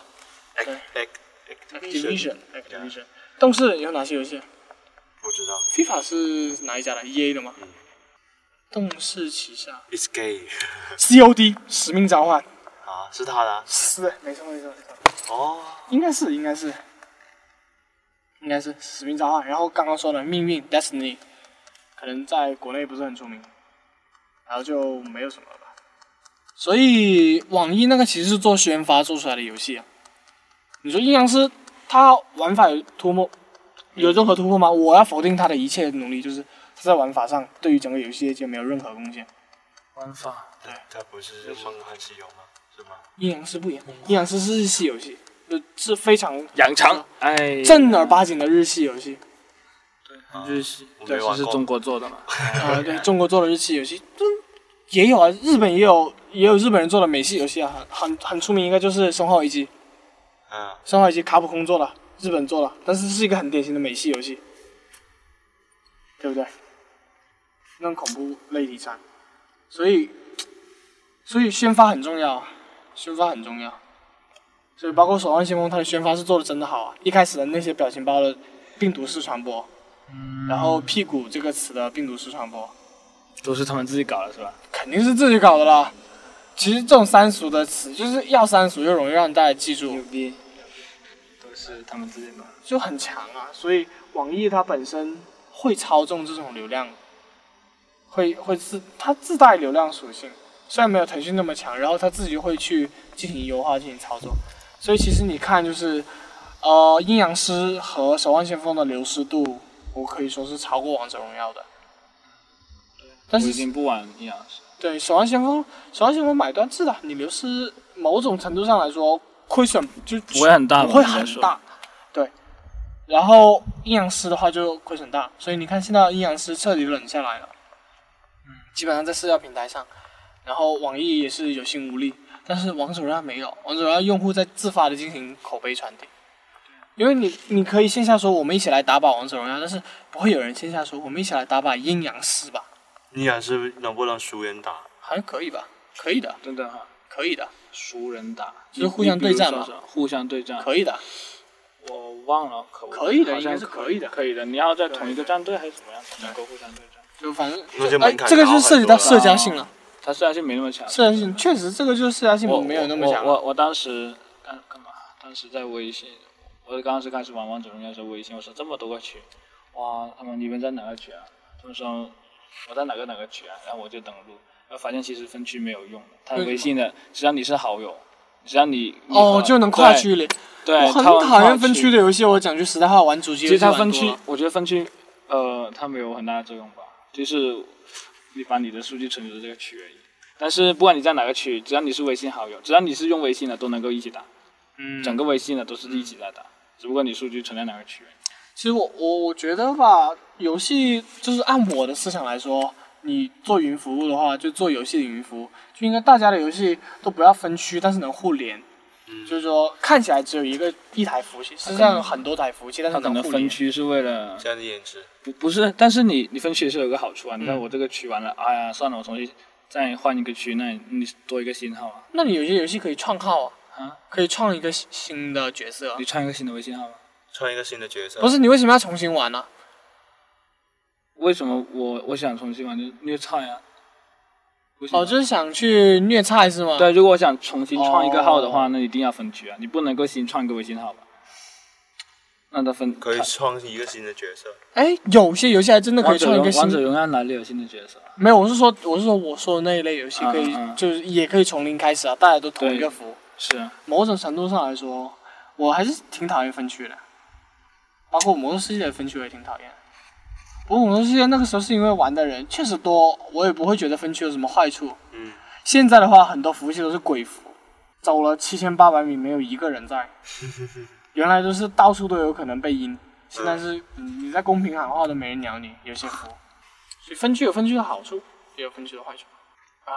Activision Activision 动视有哪些游戏？ 不知道。 FIFA 是哪一家的 ？E A 的吗？嗯。动视旗下。 It's gay。 C O D 使命召唤。 啊，是他的。 是，没错没错没错。 哦。 应该是应该是。应该是使命召唤，然后刚刚说的命运 Destiny， 可能在国内不是很出名。然后就没有什么了吧，所以网易那个其实是做宣发做出来的游戏啊。你说阴阳师他玩法有突破，有任何突破吗？我要否定他的一切努力，就是他在玩法上对于整个游戏业界没有任何贡献。 玩法， 对，他不是梦幻西游吗？是吗？ 阴阳师不一样，阴阳师是日系游戏，是非常养长，哎， 正儿八经的日系游戏。 对，日系， 对， 是中国做的嘛？ 啊，对，中国做的日系游戏，也有啊，日本也有，也有日本人做的美系游戏啊，很很很出名，一个就是《生化危机》。 嗯。 生化危机卡普空做的，日本做的，但是是一个很典型的美系游戏，对不对？那种恐怖类题材，所以，所以宣发很重要，宣发很重要。所以包括《守望先锋》，它的宣发是做的真的好啊！一开始的那些表情包的病毒式传播。 嗯、 然后屁股这个词的病毒式传播， 都是他们自己搞的是吧？ 肯定是自己搞的啦。其实这种三俗的词，就是要三俗又容易让大家记住。 牛逼，都是他们自己弄， 就很强啊。所以网易它本身会操纵这种流量，会会自它自带流量属性，虽然没有腾讯那么强，然后它自己会去进行优化、进行操作。所以其实你看，就是呃，阴阳师和守望先锋的流失度。我可以说是超过王者荣耀的，但是我已经不玩阴阳师。 对，守望先锋，守望先锋买断制的，你流失某种程度上来说亏损就不会很大， 不会很大，对。然后阴阳师的话就亏损大，所以你看现在阴阳师彻底冷下来了，嗯，基本上在社交平台上，然后网易也是有心无力，但是王者荣耀没有，王者荣耀用户在自发的进行口碑传递。因为你你可以线下说我们一起来打把王者荣耀，但是不会有人线下说我们一起来打把阴阳师吧。 阴阳师能不能熟人打？ 好像可以吧，可以的， 真的哈， 可以的， 熟人打， 就是互相对战嘛， 互相对战， 可以的。 我忘了，可可以的，应该是可以的， 可以的。你要在同一个战队还是怎么样才能够互相对战？ 就反正那就门槛哎，这个就涉及到社交性了。 它社交性没那么强。 社交性确实，这个就是社交性没有那么强。 我我我当时干干嘛？当时在微信。我刚时开始玩王者荣耀的时候，微信我说这么多个群，哇，他们你们在哪个群啊？他们说我在哪个哪个群啊？然后我就登录，然后发现其实分区没有用的，他微信的只要你是好友，只要你哦就能跨区里。 对， 我很讨厌分区的游戏，我讲句实在话，玩主机游戏其实它分区，我觉得分区呃它没有很大的作用吧，就是你把你的数据存留在这个区而已。 但是不管你在哪个区，只要你是微信好友，只要你是用微信的，都能够一起打。 嗯， 整个微信的都是一起在打，只不过你数据存在哪个区。 其实我我我觉得吧，游戏就是按我的思想来说，你做云服务的话，就做游戏的云服务，就应该大家的游戏都不要分区，但是能互联。嗯、就是说看起来只有一个一台服务器，实际上有很多台服务器，但是能互联。它可能分区是为了降低延迟。 不不是，但是你你分区也是有个好处啊。嗯、你看我这个区完了，哎呀，算了，我重新再换一个区，那你你多一个新号啊。 那你有些游戏可以创号啊。啊，可以创一个新的角色、啊。 你创一个新的微信号吗？ 创一个新的角色。 不是，你为什么要重新玩呢、啊？ 为什么我我想重新玩就虐菜啊？ 哦，就是想去虐菜是吗？ 对，如果我想重新创一个号的话，哦、那一定要分区啊，你不能够新创一个微信号吧？那它分可以创一个新的角色。 哎，有些游戏还真的可以创一个新。 王者荣耀哪里有新的角色、啊？ 没有，我是说，我是说，我说的那一类游戏可以，嗯嗯就是也可以从零开始啊，大家都同一个服。 是啊， 某种程度上来说，我还是挺讨厌分区的，包括魔兽世界的分区我也挺讨厌。不过魔兽世界那个时候是因为玩的人确实多，我也不会觉得分区有什么坏处。嗯。现在的话，很多服务器都是鬼服，走了七千八百米没有一个人在，原来都是到处都有可能被阴，现在是你在公屏喊话都没人鸟你，有些服务。所以分区有分区的好处，也有分区的坏处。唉，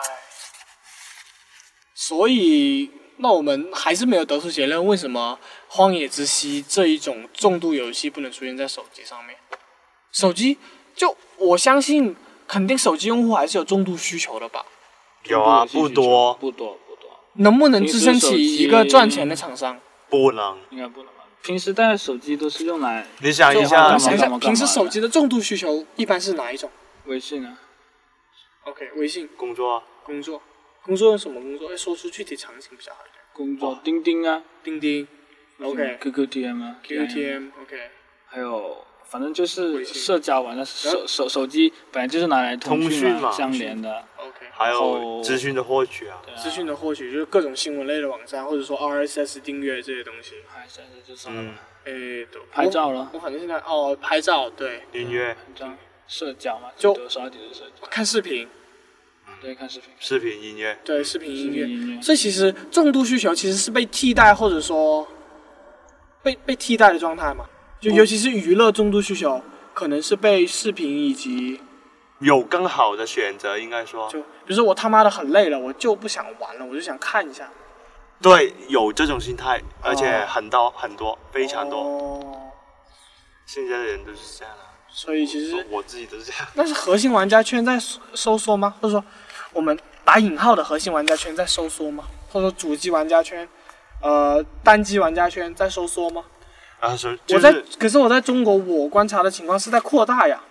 所以。那我们还是没有得出结论，为什么《荒野之息》这一种重度游戏不能出现在手机上面？手机就我相信，肯定手机用户还是有重度需求的吧？ 有啊，不多， 不多，不多。 能不能支撑起一个赚钱的厂商？ 不能， 应该不能吧？平时带手机都是用来…… 你想一下， 想一下，平时手机的重度需求一般是哪一种？ 微信啊。 OK， 微信。 工作。 工作。工作用什么工作？说出具体场景比较好一点。 工作，钉钉啊， 钉钉 ，OK，Q Q T M 啊 ，Q Q T M，OK， 还有，反正就是社交吧，那手手手机本来就是拿来通讯嘛，相连的 ，OK， 还有资讯的获取啊， 资讯的获取就是各种新闻类的网站，或者说 R S S 订阅这些东西， R S S 就算了， 诶， 拍照了， 我反正现在哦，拍照对， 音乐， 社交嘛， 就多少点的社交， 看视频。 对，看视频， 视频音乐， 对，视频音乐， 音乐所以其实重度需求其实是被替代，或者说被被替代的状态嘛。就尤其是娱乐重度需求，可能是被视频以及有更好的选择，应该说。 就比如说我他妈的很累了，我就不想玩了，我就想看一下。 对，有这种心态，而且很多、哦、很多，非常多。 哦。 现在的人都是这样的。 所以其实我自己都是这样。 那是核心玩家圈在收缩吗？或者说我们打引号的核心玩家圈在收缩吗？或者说主机玩家圈，呃，单机玩家圈在收缩吗？ 啊，是。 我在，可是我在中国，我观察的情况是在扩大呀。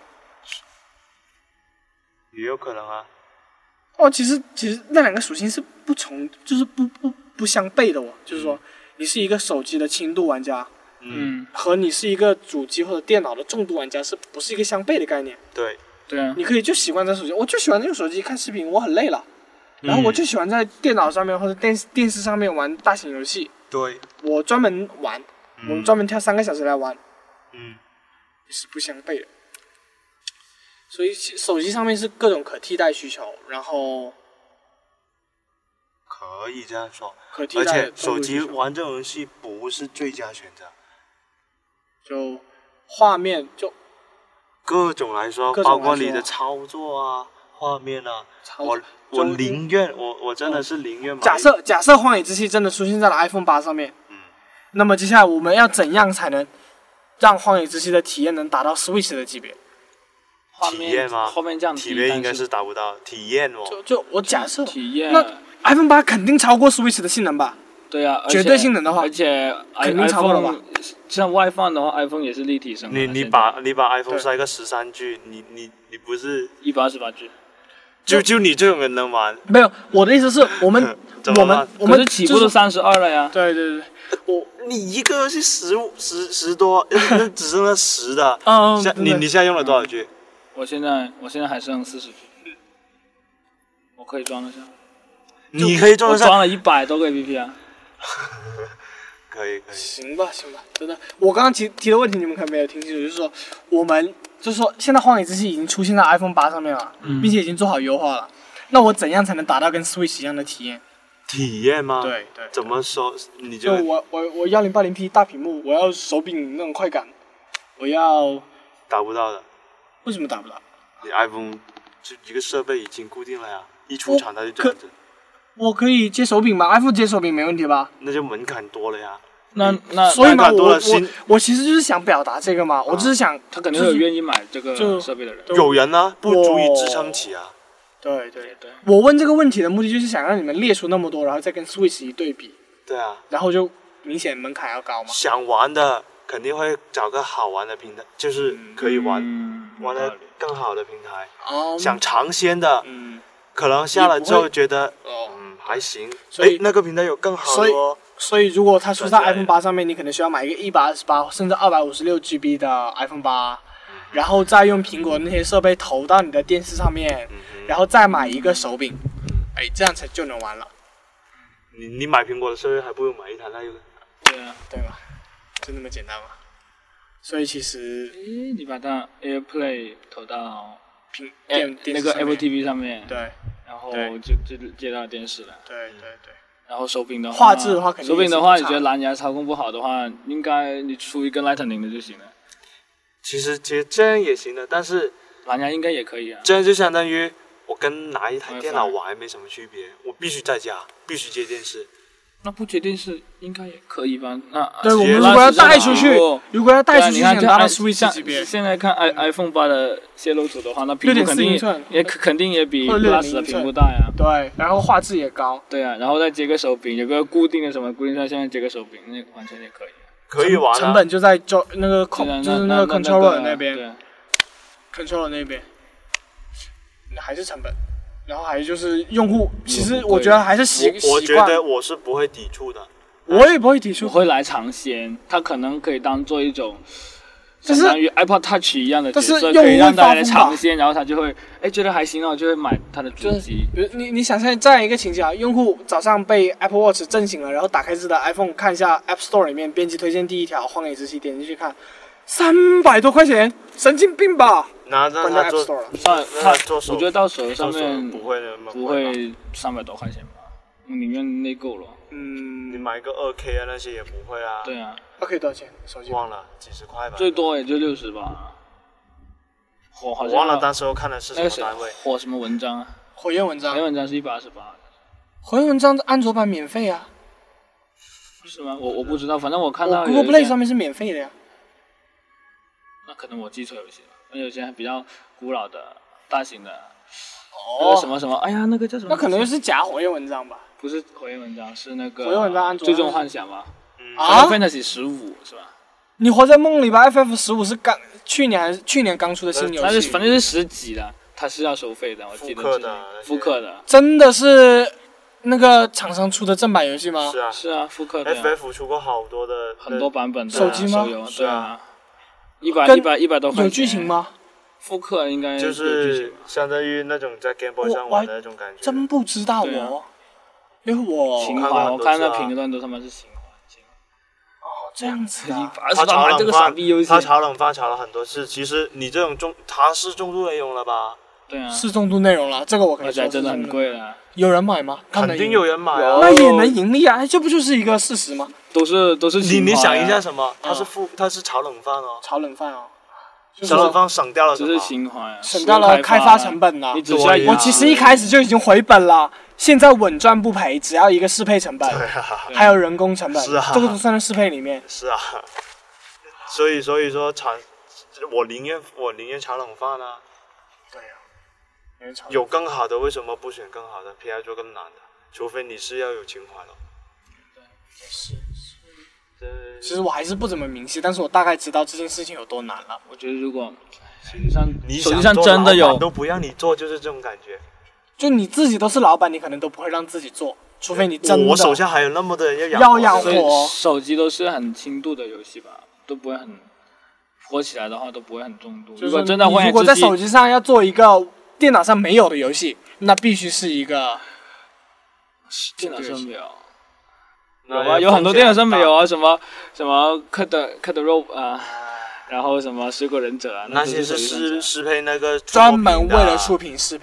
也有可能啊。 哦，其实其实那两个属性是不重，就是不不不相悖的哦。就是说，你是一个手机的轻度玩家。 嗯， 和你是一个主机或者电脑的重度玩家是不是一个相悖的概念？ 对， 对啊。 你可以就习惯在手机，我就喜欢用手机看视频，我很累了，嗯、然后我就喜欢在电脑上面或者电电视上面玩大型游戏。 对， 我专门玩，嗯、我专门挑三个小时来玩， 嗯， 是不相悖的。所以手机上面是各种可替代需求，然后可以这样说， 可替代而且手机玩这种游戏不是最佳选择。 就画面就各种来说， 来说包括你的操作啊、画面啊，我我宁愿我我真的是宁愿买。 假设假设《荒野之息》真的出现在了 iPhone 八上面，嗯，那么接下来我们要怎样才能让《荒野之息》的体验能达到 Switch 的级别？ 体验吗？ 后面降低， 体验应该是达不到。体验哦， 就就我假设体验， 那 iPhone 八肯定超过 Switch 的性能吧？ 对啊， 绝对性能的话， 而且肯定超过了吧？ 像外放的话 ，iPhone 也是立体声。 你你把你把 iPhone 塞个十三 G， 你你你不是一百二十八 G？ 就就你这种人能玩？ 没有，我的意思是我们我们我们起步都三十二了呀。 对对对， 我你一个是十五十十多，那只剩了十的。 嗯， 你你现在用了多少 G？ 我现在我现在还剩四十 G， 我可以装得下。 你可以装得下？ 我装了一百多个 A P P 啊。 可以可以。 行吧行吧，真的，我刚刚提提的问题你们可能没有听清楚，就是说我们就是说现在《荒野之息》已经出现在 iPhone 八上面了，嗯、并且已经做好优化了。 那我怎样才能达到跟 Switch 一样的体验？ 体验吗？ 对对。 怎么说？你就就我我我幺零八零 P 大屏幕，我要手柄那种快感，我要达不到的。 为什么达不到？ 你 iPhone 就一个设备已经固定了呀，一出厂它就这样子。 我可以接手柄吧 ？iPhone 接手柄没问题吧？ 那就门槛多了呀。 那那所以嘛，我我新我其实就是想表达这个嘛，我只是想， 他肯定有愿意买这个设备的人， 有人呢，不足以支撑起啊。 对对对，我问这个问题的目的就是想让你们列出那么多，然后再跟 Switch 一对比。 对啊。 然后就明显门槛要高嘛。 想玩的肯定会找个好玩的平台，就是可以玩、嗯、玩的更好的平台。 哦。 想尝鲜的， 嗯， 可能下了之后觉得，嗯，还行。所以那个平台有更好的哦。 所以如果它出在 iPhone 八上面，你可能需要买一个一百二十八甚至二百五十六 G B 的 iPhone 八，然后再用苹果那些设备投到你的电视上面，然后再买一个手柄，哎，这样才就能玩了。 你你买苹果的设备还不如买一台那个。 对啊， 对吧？就那么简单嘛。所以其实， 诶，你把它 AirPlay 投到屏电那个 Apple T V 上面， 对， 然后就就接到电视了。 对对对。 然后手柄的话， 画质的话肯定手柄的话，你觉得蓝牙操控不好的话，应该你出一个 Lightning 的就行了。 其实其实这样也行的，但是蓝牙应该也可以啊。 这样就相当于我跟拿一台电脑玩没什么区别，我必须在家，必须接电视。 那不接电视应该也可以吧？那对，我们如果要带出去，如果要带出去，想达到 Switch 级别。 现在看 i iPhone 八的泄露图的话，那屏幕肯定也肯定也比 Plus 的屏幕大呀。 对，然后画质也高。 对啊，然后再接个手柄，有个固定的什么固定上下面接个手柄，那完全也可以。 可以玩。 成本就在就那个控，就是那个 controller 那边 ，controller 那边，还是成本。然后还有就是用户，其实我觉得还是习习惯。 我觉得我是不会抵触的， 我也不会抵触。 我会来尝鲜，它可能可以当做一种，相当于 iPod Touch 一样的角色，可以让大家来尝鲜，然后他就会哎觉得还行，然后就会买它的主机。 比如你你想象这样一个情景啊，用户早上被 Apple Watch 震醒了，然后打开自己的 iPhone 看一下 App Store 里面编辑推荐第一条荒野之息，点进去看，三百多块钱，神经病吧？ 那那他做， 他他我觉得到手上面不会不会三百多块钱吧，宁愿内购了。 嗯， 你买一个二 K 啊那些也不会啊。 对啊。 二 K 多少钱？手机忘了，几十块吧。 最多也就六十吧。火好像忘了当时候看的是什么单位。 火什么文章啊？ 火焰文章。 火焰文章是一百二十八。 火焰文章的安卓版免费啊。 是吗？我我不知道，反正我看到。 Google Play 上面是免费的呀。 那可能我记错游戏了。有些比较古老的、大型的，哦，那个什么什么，哎呀，那个叫什么？ 那可能就是假火焰文章吧？ 不是火焰文章，是那个火焰文章安卓最终幻想吧？ 啊 ，Fantasy 十五是吧？ 你活在梦里吧 ？F F 十五是刚去年还是去年刚出的新游戏？ 但是反正是十级的，它是要收费的，我记得。 复刻的。 复刻的。 真的是那个厂商出的正版游戏吗？ 是啊， 是啊，复刻的。 F F 出过好多的， 很多版本的手机吗？ 对啊。一百一百一百多块钱。 有剧情吗？ 复刻应该就是相当于那种在 Game Boy 上玩的那种感觉。 真不知道哦，因为我情怀，我看那评论都他妈是情怀。 哦，这样子啊！ 他炒冷饭，他他炒冷饭炒了很多次。其实你这种重，他是重度内容了吧？ 对啊， 是重度内容了，这个我可以说。 而且真的很贵了。 有人买吗？ 肯定有人买啊！ 那也能盈利啊！这不就是一个事实吗？ 都是都是。 你你想一下什么？他是副，他是炒冷饭哦。 炒冷饭哦。 炒冷饭省掉了什么？ 只是情怀， 省掉了开发成本呐。 你只需要我其实一开始就已经回本了，现在稳赚不赔，只要一个适配成本，还有人工成本， 是啊， 这个都算在适配里面。 是啊，所以所以说炒，我宁愿我宁愿炒冷饭啊。 对呀， 有更好的，为什么不选更好的？偏要做更难的？除非你是要有情怀了。 对，也是。其实我还是不怎么明晰，但是我大概知道这件事情有多难了。 我觉得如果手机上你手机上真的有都不让你做，就是这种感觉。 就你自己都是老板，你可能都不会让自己做，除非你真的。 我手下还有那么多人要养活。 手机都是很轻度的游戏吧，都不会很火起来的话都不会很重度。如果真的会， 如果在手机上要做一个电脑上没有的游戏，那必须是一个电脑上没有。有啊，有很多电脑上没有啊，什么什么 cut cut rope 啊，然后什么水果忍者啊， 那些是适适配那个专门为了触屏适配。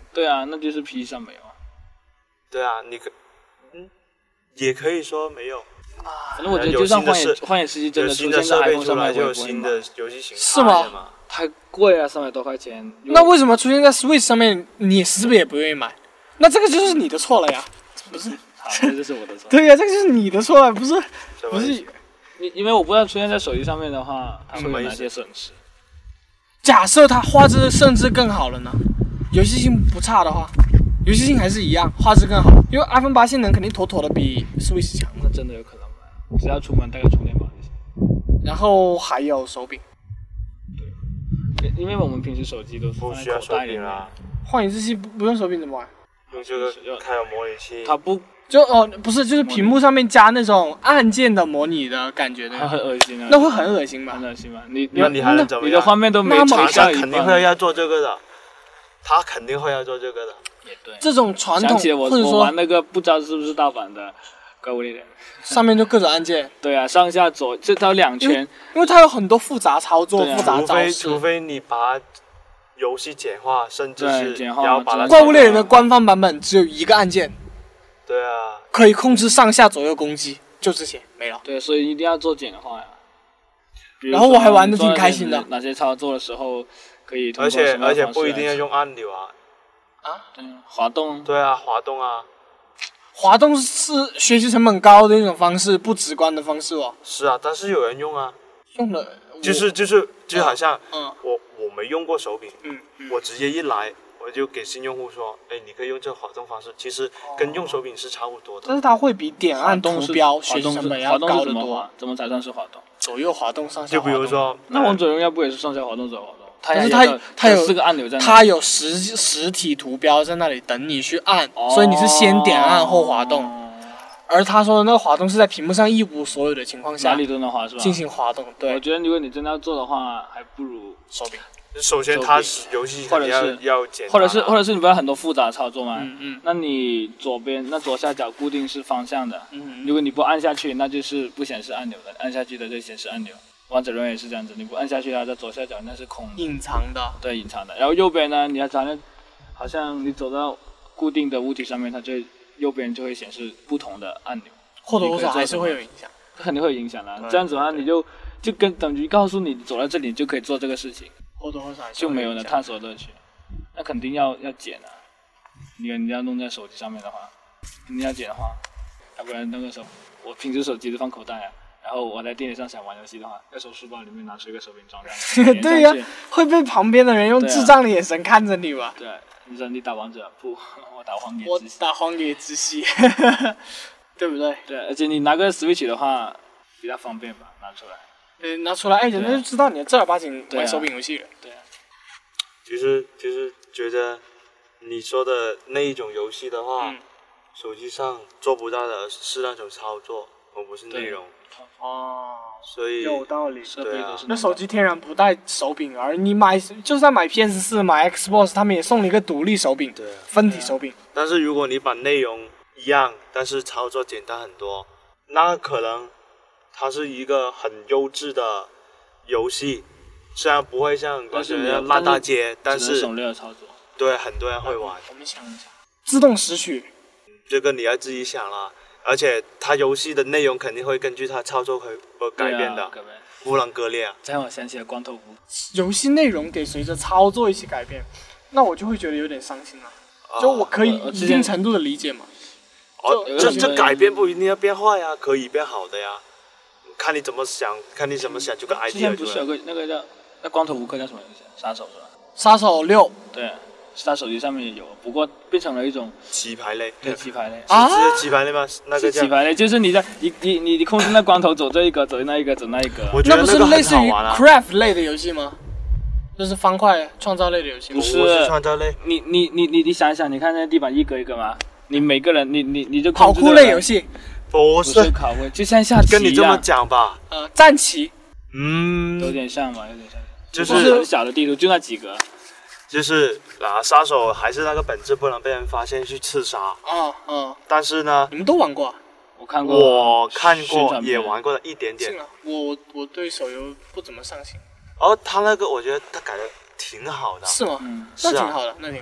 对啊，那就是 P C 上没有啊。 对啊，你可嗯也可以说没有。 反正我觉得就算荒野荒野世纪真的出现在 iPhone 上面， 就有新的游戏形态是吗？ 嘛太贵啊，三百多块钱。 那为什么出现在 Switch 上面，你是不是也不愿意买？那这个就是你的错了呀，不是？ 好，这就是我的错。 对呀、啊，这个就是你的错了，不是？不是？ 因因为我不知道出现在手机上面的话，它会有哪些损失。 假设它画质甚至更好了呢？游戏性不差的话，游戏性还是一样，画质更好，因为 iPhone 八性能肯定妥妥的比 Switch 强。 那真的有可能买，只要出门带个充电宝就行。 然后还有手柄。 对，因为我们平时手机都是放在口袋里面。 幻影之息不不用手柄怎么玩？ 用这个开了模拟器。 它不就哦不是，就是屏幕上面加那种按键的模拟的感觉的。 它很恶心啊。 那会很恶心吧？ 很恶心吧？你那你还能怎么样？ 你的画面都没厂商肯定会要做这个的，他肯定会要做这个的。 也对。 这种传统， 想起我或者说我玩那个不知道是不是盗版的怪物猎人。 上面就各种按键， 对啊，上下左这它有两圈， 因为它有很多复杂操作、 啊、 复杂招式。 除非你把游戏简化，甚至是要把它。 怪物猎人的官方版本只有一个按键， 对啊， 可以控制上下左右攻击，就这些没了。 对，所以一定要做简化呀。 然后我还玩得挺开心的。 哪些操作的时候可以通过什么方式？ 而且而且不一定要用按钮啊。 啊？ 对，滑动。 对啊，滑动啊。 滑动是学习成本高的一种方式，不直观的方式哦。 是啊，但是有人用啊。 用的。 就是就是就好像， 嗯， 我我没用过手柄， 嗯，嗯我直接一来我就给新用户说，哎，你可以用这个滑动方式，其实跟用手柄是差不多的。 但是它会比点按图标学习成本要高得多。怎么才算是滑动？ 左右滑动，上下就比如说， 那王者荣耀不也是上下滑动左右滑动？ 但是它它有四个按钮在那， 它有实实体图标在那里等你去按，哦、所以你是先点按后滑动。而他说的那个滑动是在屏幕上一无所有的情况下， 哪里都能滑是吧？ 进行滑动。对， 我觉得如果你真的要做的话，还不如手柄。 首先，它游戏或者是要简单， 或者是或者是你不要很多复杂操作嘛。 嗯嗯。 那你左边那左下角固定是方向的， 嗯。 如果你不按下去，那就是不显示按钮的，按下去的就显示按钮。王者荣耀也是这样子，你不按下去，它在左下角那是空的， 隐藏的。 对，隐藏的。然后右边呢，你要找那，好像你走到固定的物体上面，它就右边就会显示不同的按钮。 或多或少还是会有影响， 肯定会有影响的、啊。这样子的话，你就就跟等于告诉你走到这里就可以做这个事情， 或多或少就没有了探索乐趣。那肯定要要剪啊！你你要弄在手机上面的话，你要剪的话，要不然那个时候我平时手机都放口袋啊，然后我在电脑上想玩游戏的话，要从书包里面拿出一个手柄装上。 对呀、啊，会被旁边的人用智障的眼神看着你吧？ 对、啊，你说你打王者不？我打荒野之息。 我打荒野之息。对不对？ 对，而且你拿个 Switch 的话比较方便吧，拿出来。 对，拿出来，哎，人家就知道你正儿八经玩手柄游戏了。 对啊。 其实就是觉得你说的那一种游戏的话， 嗯、 手机上做不到的是那种操作，而不是内容。 哦。 所以有道理。 对啊。 那手机天然不带手柄，而你买就算买 P S 四、买 Xbox， 他们也送你一个独立手柄， 对、啊， 分体手柄。 但是如果你把内容一样，但是操作简单很多，那可能它是一个很优质的游戏，虽然不会像感觉烂大街，但是省略操作， 对，很多人会玩。 我们想一下，自动拾取， 这个你要自己想了，而且它游戏的内容肯定会根据它操作和改变的，不能割裂啊。 这让我想起了光头屋， 游戏内容得随着操作一起改变，那我就会觉得有点伤心了。就我可以一定程度的理解嘛。 哦，这这改变不一定要变坏呀，可以变好的呀，看你怎么想，看你怎么想就跟 idea 之前不是有个那个叫那光头吴克叫什么游戏？杀手是吧？ 杀手六。 对，他手机上面也有，不过变成了一种棋牌类。 对，棋牌类。 啊？ 是棋牌类吗？那个棋牌类就是你在你你你你控制那光头走这一个，走那一个，走那一个。 我觉得那不是类似于 craft 类的游戏吗？就是方块创造类的游戏。 不是创造类。 你你你你你想想，你看那地板一格一格吗？你每个人，你你你就跑酷类游戏， 不是考位，就像下棋一样。 跟你这么讲吧， 呃，战棋， 嗯， 有点像吧，有点像， 就是很小的地图，就那几个。 就是啊，杀手还是那个本质不能被人发现去刺杀。 啊啊！ 但是呢， 你们都玩过？ 我看过， 我看过，也玩过了一点点。 我我对手游不怎么上心。 哦，他那个我觉得他改的挺好的。 是吗？ 嗯， 那挺好的，那挺好。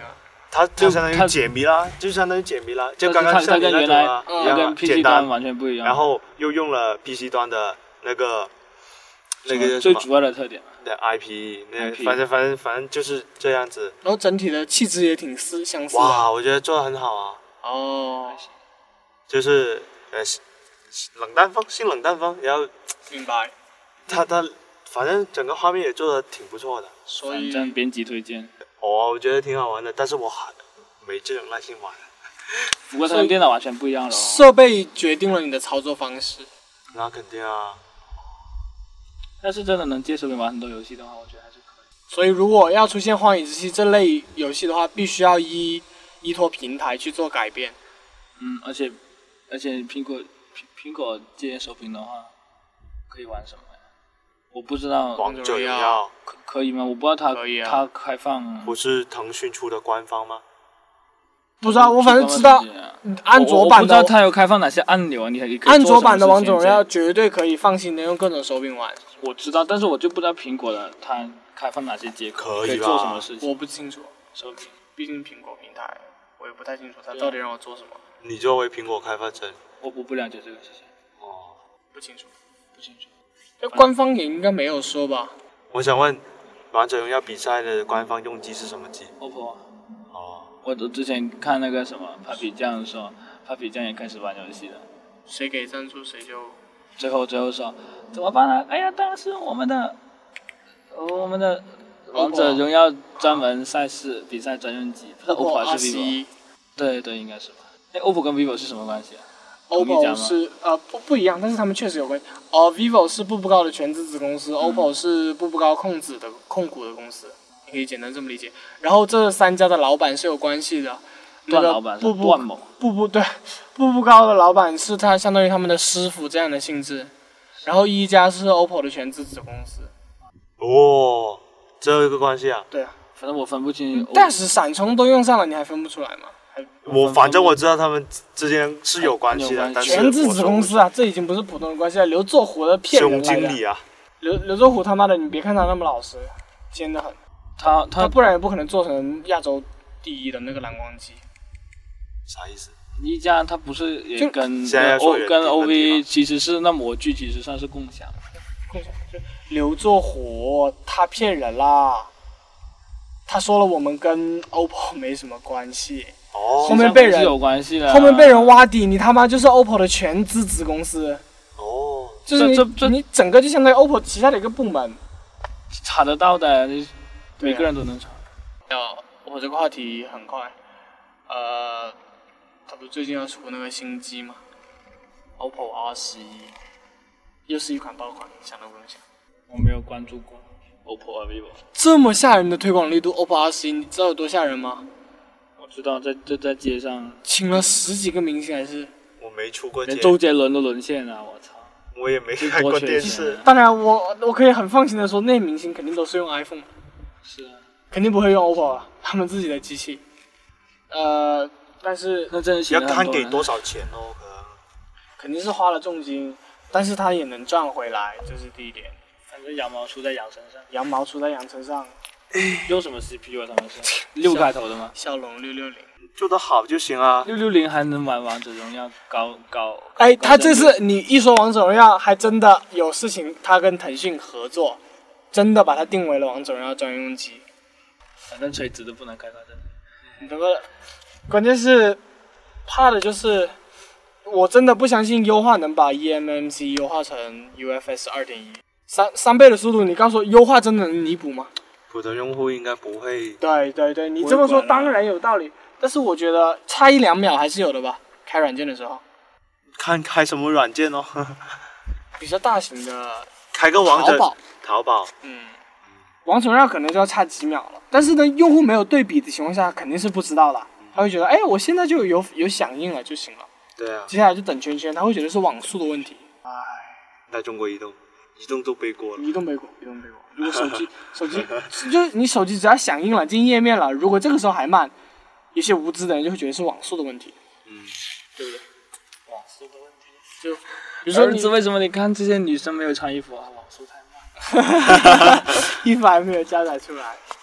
它它相当于解谜啦，就相当于解谜啦，就刚刚像你那种啊一样跟 P C 端完全不一样。 然后又用了 P C 端的那个那个最主要的特点。 对 I P， 那反正反正反正就是这样子。 然后整体的气质也挺似相似的。 哇，我觉得做的很好啊。 哦。就是呃冷淡风，性冷淡风，然后。 明白。 他他反正整个画面也做的挺不错的。 所以。 反正编辑推荐。 哦，我觉得挺好玩的，但是我还没这种耐心玩。 不过它跟电脑完全不一样了。 设备决定了你的操作方式。 那肯定啊。 但是真的能借手柄玩很多游戏的话，我觉得还是可以。 所以如果要出现《荒野之息》这类游戏的话，必须要依依托平台去做改变。 嗯，而且而且苹果苹苹果借手柄的话，可以玩什么呀？我不知道。 王者荣耀可可以吗？我不知道它可以啊， 它开放。 不是腾讯出的官方吗？ 不知道，我反正知道，安卓版的。 我不知道它有开放哪些按钮啊？你可以。 安卓版的王者荣耀绝对可以放心的用各种手柄玩。 我知道，但是我就不知道苹果的它开放哪些接口， 可以做什么事情。 我不清楚，手柄，毕竟苹果平台，我也不太清楚它到底让我做什么。 你作为苹果开发者， 我我不了解这个事情。 哦，不清楚， 不清楚。 那官方也应该没有说吧？ 我想问，王者荣耀比赛的官方用机是什么机 ？O P P O。 哦。 我之前看那个什么 Papi 酱说 ，Papi 酱也开始玩游戏了。 谁给赞助谁就。 最后最后说怎么办呢？哎呀，当然是我们的，我们的王者荣耀专门赛事比赛专用机，不是 O P P O 还是 vivo？ 对对，应该是吧。哎 ，O P P O 跟 vivo 是什么关系啊 ？O P P O 是呃不不一样，但是他们确实有关系。哦 ，vivo 是步步高的全资子公司、嗯、，O P P O 是步步高控制的控股的公司，你可以简单这么理解。然后这三家的老板是有关系的。 段老板是段某， 步步对，步步高的老板是他相当于他们的师傅这样的性质，然后一家是 O P P O 的全资子公司。 哦，这有一个关系啊。 对啊， 反正我分不清。 但是闪充都用上了，你还分不出来吗？ 我反正我知道他们之间是有关系的，但是全资子公司啊，这已经不是普通的关系了。刘作虎的骗人来的。 兄经理啊。 刘刘作虎他妈的，你别看他那么老实，尖得很。 他他他不然也不可能做成亚洲第一的那个蓝光机。 啥意思？ 一加它不是也跟 O 跟 O V 其实是那模具其实算是共享。 共享就刘作虎他骗人啦，他说了我们跟 O P P O 没什么关系。 哦。 后面被人有关系了。 后面被人挖底，你他妈就是 O P P O 的全资子公司。 哦。 就是你你整个就相当于 O P P O 旗下的一个部门。 查得到的，每个人都能查。 要我这个话题很快，呃。他不是最近要出那个新机吗 ？O P P O R 十一，又是一款爆款，想都不用想。 我没有关注过 O P P O 和 vivo。 这么吓人的推广力度 ，O P P O R 十一，你知道有多吓人吗？ 我知道，在在在街上请了十几个明星，还是？ 我没出过街。 连周杰伦都沦陷了，我操！ 我也没看过电视。 当然我，我我可以很放心的说，那些明星肯定都是用 iPhone。 是啊。 肯定不会用 O P P O 啊，他们自己的机器。呃。但是那真要看给多少钱哦，可能肯定是花了重金，但是他也能赚回来，这是第一点。 反正羊毛出在羊身上， 羊毛出在羊身上。 用什么 C P U 啊？他们是六开头的吗？ 骁龙六六零， 做得好就行啊。 六六零还能玩王者荣耀高高？ 哎，他这次你一说王者荣耀，还真的有事情，他跟腾讯合作，真的把它定为了王者荣耀专用机。 反正垂直的不能开发的。 你这个。关键是，怕的就是，我真的不相信优化能把 E M M C 优化成 U F S 二点一，三三倍的速度，你告诉我优化真的能弥补吗？ 普通用户应该不会。 对对对，你这么说当然有道理，但是我觉得差一两秒还是有的吧，开软件的时候。 看开什么软件哦。 比较大型的。 开个王者。 淘宝。 淘宝。 嗯。王者荣耀可能就要差几秒了，但是呢，用户没有对比的情况下，肯定是不知道的。他会觉得，哎，我现在就有有响应了就行了。 对啊。 接下来就等圈圈，他会觉得是网速的问题。唉。 那中国移动，移动都背锅了。 移动背锅，移动背锅。如果手机手机就是你手机只要响应了进页面了，如果这个时候还慢，有些无知的人就会觉得是网速的问题。 嗯， 对不对？ 网速的问题。 就比如说你， 为什么你看这些女生没有穿衣服啊？网速太慢。 衣服还没有加载出来。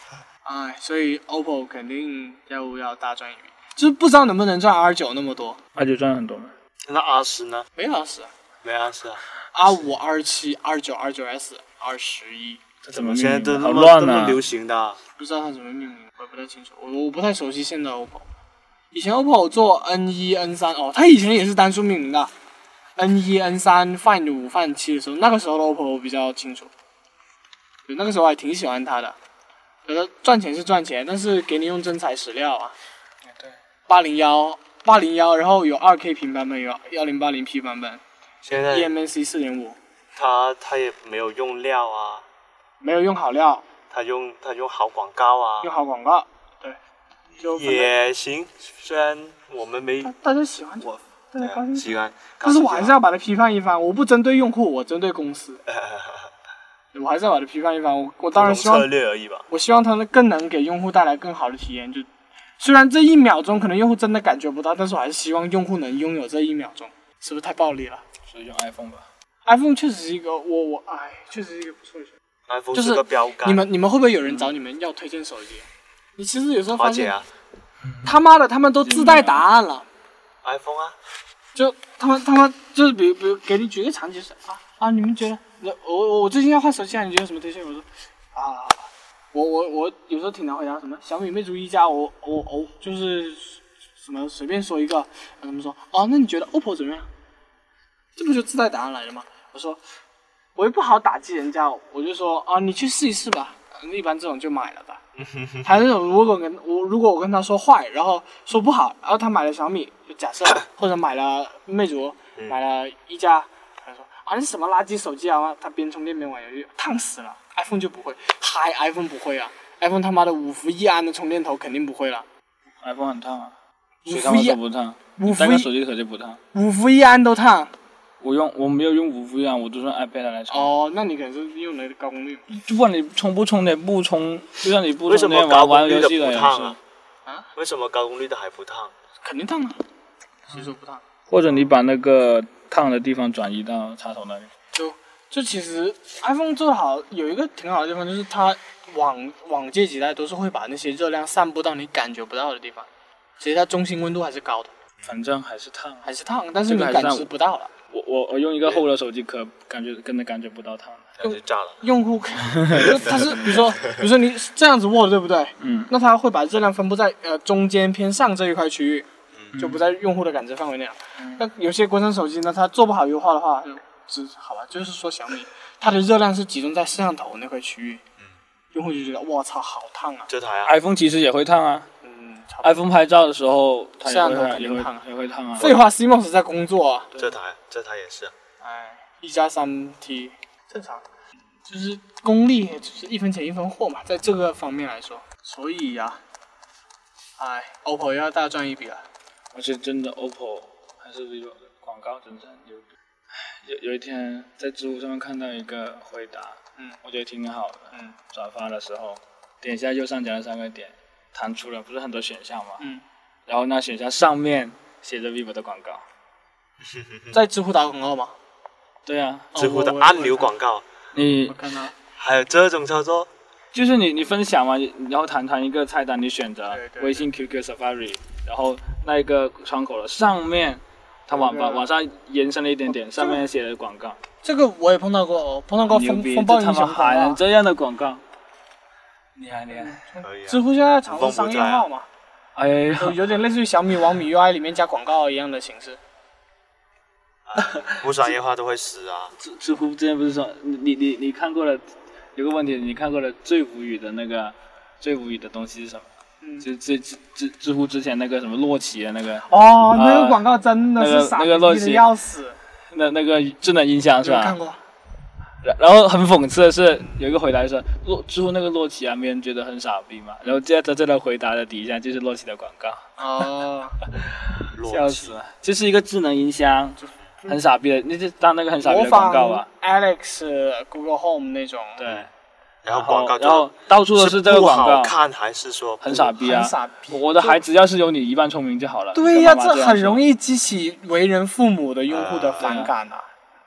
哎，所以 O P P O 肯定要要大赚一笔，就是不知道能不能赚 R 九那么多。 R 九赚很多吗？ 那 R 十呢？ 没 R 十， 没 R 十啊。 R 五、R 七、R 九、R 九 S、R 十一， 怎么现在都那好乱么那么啊！ 流行的、啊， 不知道它怎么命名，我也不太清楚，我我不太熟悉现在 O P P O。以前 O P P O 做 N 一、N 三哦，它以前也是单数命名的 ，N 一、N 三、Find 五、Find 七的时候，那个时候的 O P P O 我比较清楚，对，那个时候还挺喜欢它的。觉得赚钱是赚钱，但是给你用真材实料啊。 对。 八零幺、八零幺，然后有 二 K 屏版本，有一零八零 P 版本。 现在 E M N C 四点五。 他他也没有用料啊， 没有用好料。 他用他用好广告啊。 用好广告，对。就也行，虽然我们没。 大家喜欢我，大家高兴。 喜欢。 但是我还是要把它批判一番，我不针对用户，我针对公司。我还是要把它批判一番，我我当然希望策略而已吧。 我希望它更能给用户带来更好的体验。就虽然这一秒钟可能用户真的感觉不到，但是我还是希望用户能拥有这一秒钟，是不是太暴力了？ 所以用 iPhone 吧。 iPhone 确实是一个，我我哎，确实是一个不错的选择。 iPhone 是个标杆。 你们你们会不会有人找你们要推荐手机？你其实有时候发现， 啊、 他妈的他们都自带答案了。 iPhone 啊， 就他们他们就是比如比如给你举个场景是啊啊，你们觉得我我我最近要换手机啊，你觉得有什么推荐？我说啊，我我我有时候挺难回答什么小米、魅族、一加，我我我就是什么随便说一个，他们说啊，那你觉得 O P P O 怎么样？这不就自带答案来的吗？我说我也不好打击人家，我就说啊，你去试一试吧。一般这种就买了吧。还有那种如果跟我如果我跟他说坏，然后说不好，然后他买了小米，就假设或者买了魅族，买了一加，他说啊，你什么垃圾手机啊？他边充电边玩游戏，烫死了。iPhone 就不会，嗨 ，iPhone 不会啊 ，iPhone 他妈的五伏一安的充电头肯定不会了。 iPhone 很烫啊， 五伏一不烫， 五伏一手机壳就不烫， 五伏一安都烫。 我用我没有用五伏一安，我都是用 iPad 来充。 哦，那你可能是用的高功率。 就不管你充不充电，不充，就像你不为什么高功率的不烫啊？ 啊？ 为什么高功率的还不烫？ 肯定烫啊，谁说不烫？ 或者你把那个烫的地方转移到插头那里。 就就其实 iPhone 做的好，有一个挺好的地方，就是它往往届几代都是会把那些热量散布到你感觉不到的地方，其实它中心温度还是高的。 反正还是烫， 还是烫，但是你感知不到了。 我我我用一个厚的手机壳，感觉根本感觉不到烫， 感觉炸了。 用户，它是比如说，比如说你这样子握，对不对？ 嗯。 那它会把热量分布在呃中间偏上这一块区域，嗯、就不在用户的感知范围内了。嗯、那有些国产手机呢，它做不好优化的话，只好吧，就是说小米，它的热量是集中在摄像头那块区域，嗯、用户就觉得我操，好烫啊！ 这台啊 ，iPhone 其实也会烫啊。iPhone 拍照的时候，它摄像头也会也会烫啊。 废话 ，C M O S 在工作啊。 这台这台也是。 哎，一加三 T 正常，就是功利，就是一分钱一分货嘛，在这个方面来说，所以呀、啊，哎 ，O P P O 要大赚一笔了。 而且真的 O P P O 还是 vivo 的广告真的很牛逼。有有一天在知乎上面看到一个回答，嗯，我觉得挺好的，嗯，转发的时候点一下右上角的三个点。弹出了不是很多选项嘛，嗯，然后那选项上面写着 vivo 的广告， 在知乎打广告吗？ 对啊， 知乎的暗流广告， 你我看到， 还有这种操作， 就是你你分享嘛，然后弹弹一个菜单，你选择微信、Q Q、Safari， 然后那一个窗口的上面，它往往往上延伸了一点点，上面写的广告， 这个我也碰到过，碰到过风风暴英雄广告， 还能这样的广告。厉害厉害， 知乎现在尝试商业化嘛？ 哎呀， 有点类似于小米网米 U I 里面加广告一样的形式。 不商业化都会死啊！ 知知乎之前不是说你你你看过了，有个问题，你看过了最无语的那个最无语的东西是什么？嗯，就知知知知乎之前那个什么洛奇的那个。 哦，那个广告真的是傻逼的要死。 那那个智能音箱是吧？ 看过。 然后很讽刺的是，有一个回答说，洛之后那个洛奇啊，没人觉得很傻逼嘛。然后接着这个回答的底下就是洛奇的广告。 哦， 笑死了！这是一个智能音箱，很傻逼的，那就当那个很傻逼的广告吧。 Alex、Google Home 那种。 对。 然后广告， 然后到处都是这个广告。 看还是说很傻逼啊？ 很傻逼。 我的孩子要是有你一半聪明就好了。 对呀，这很容易激起为人父母的用户的反感啊。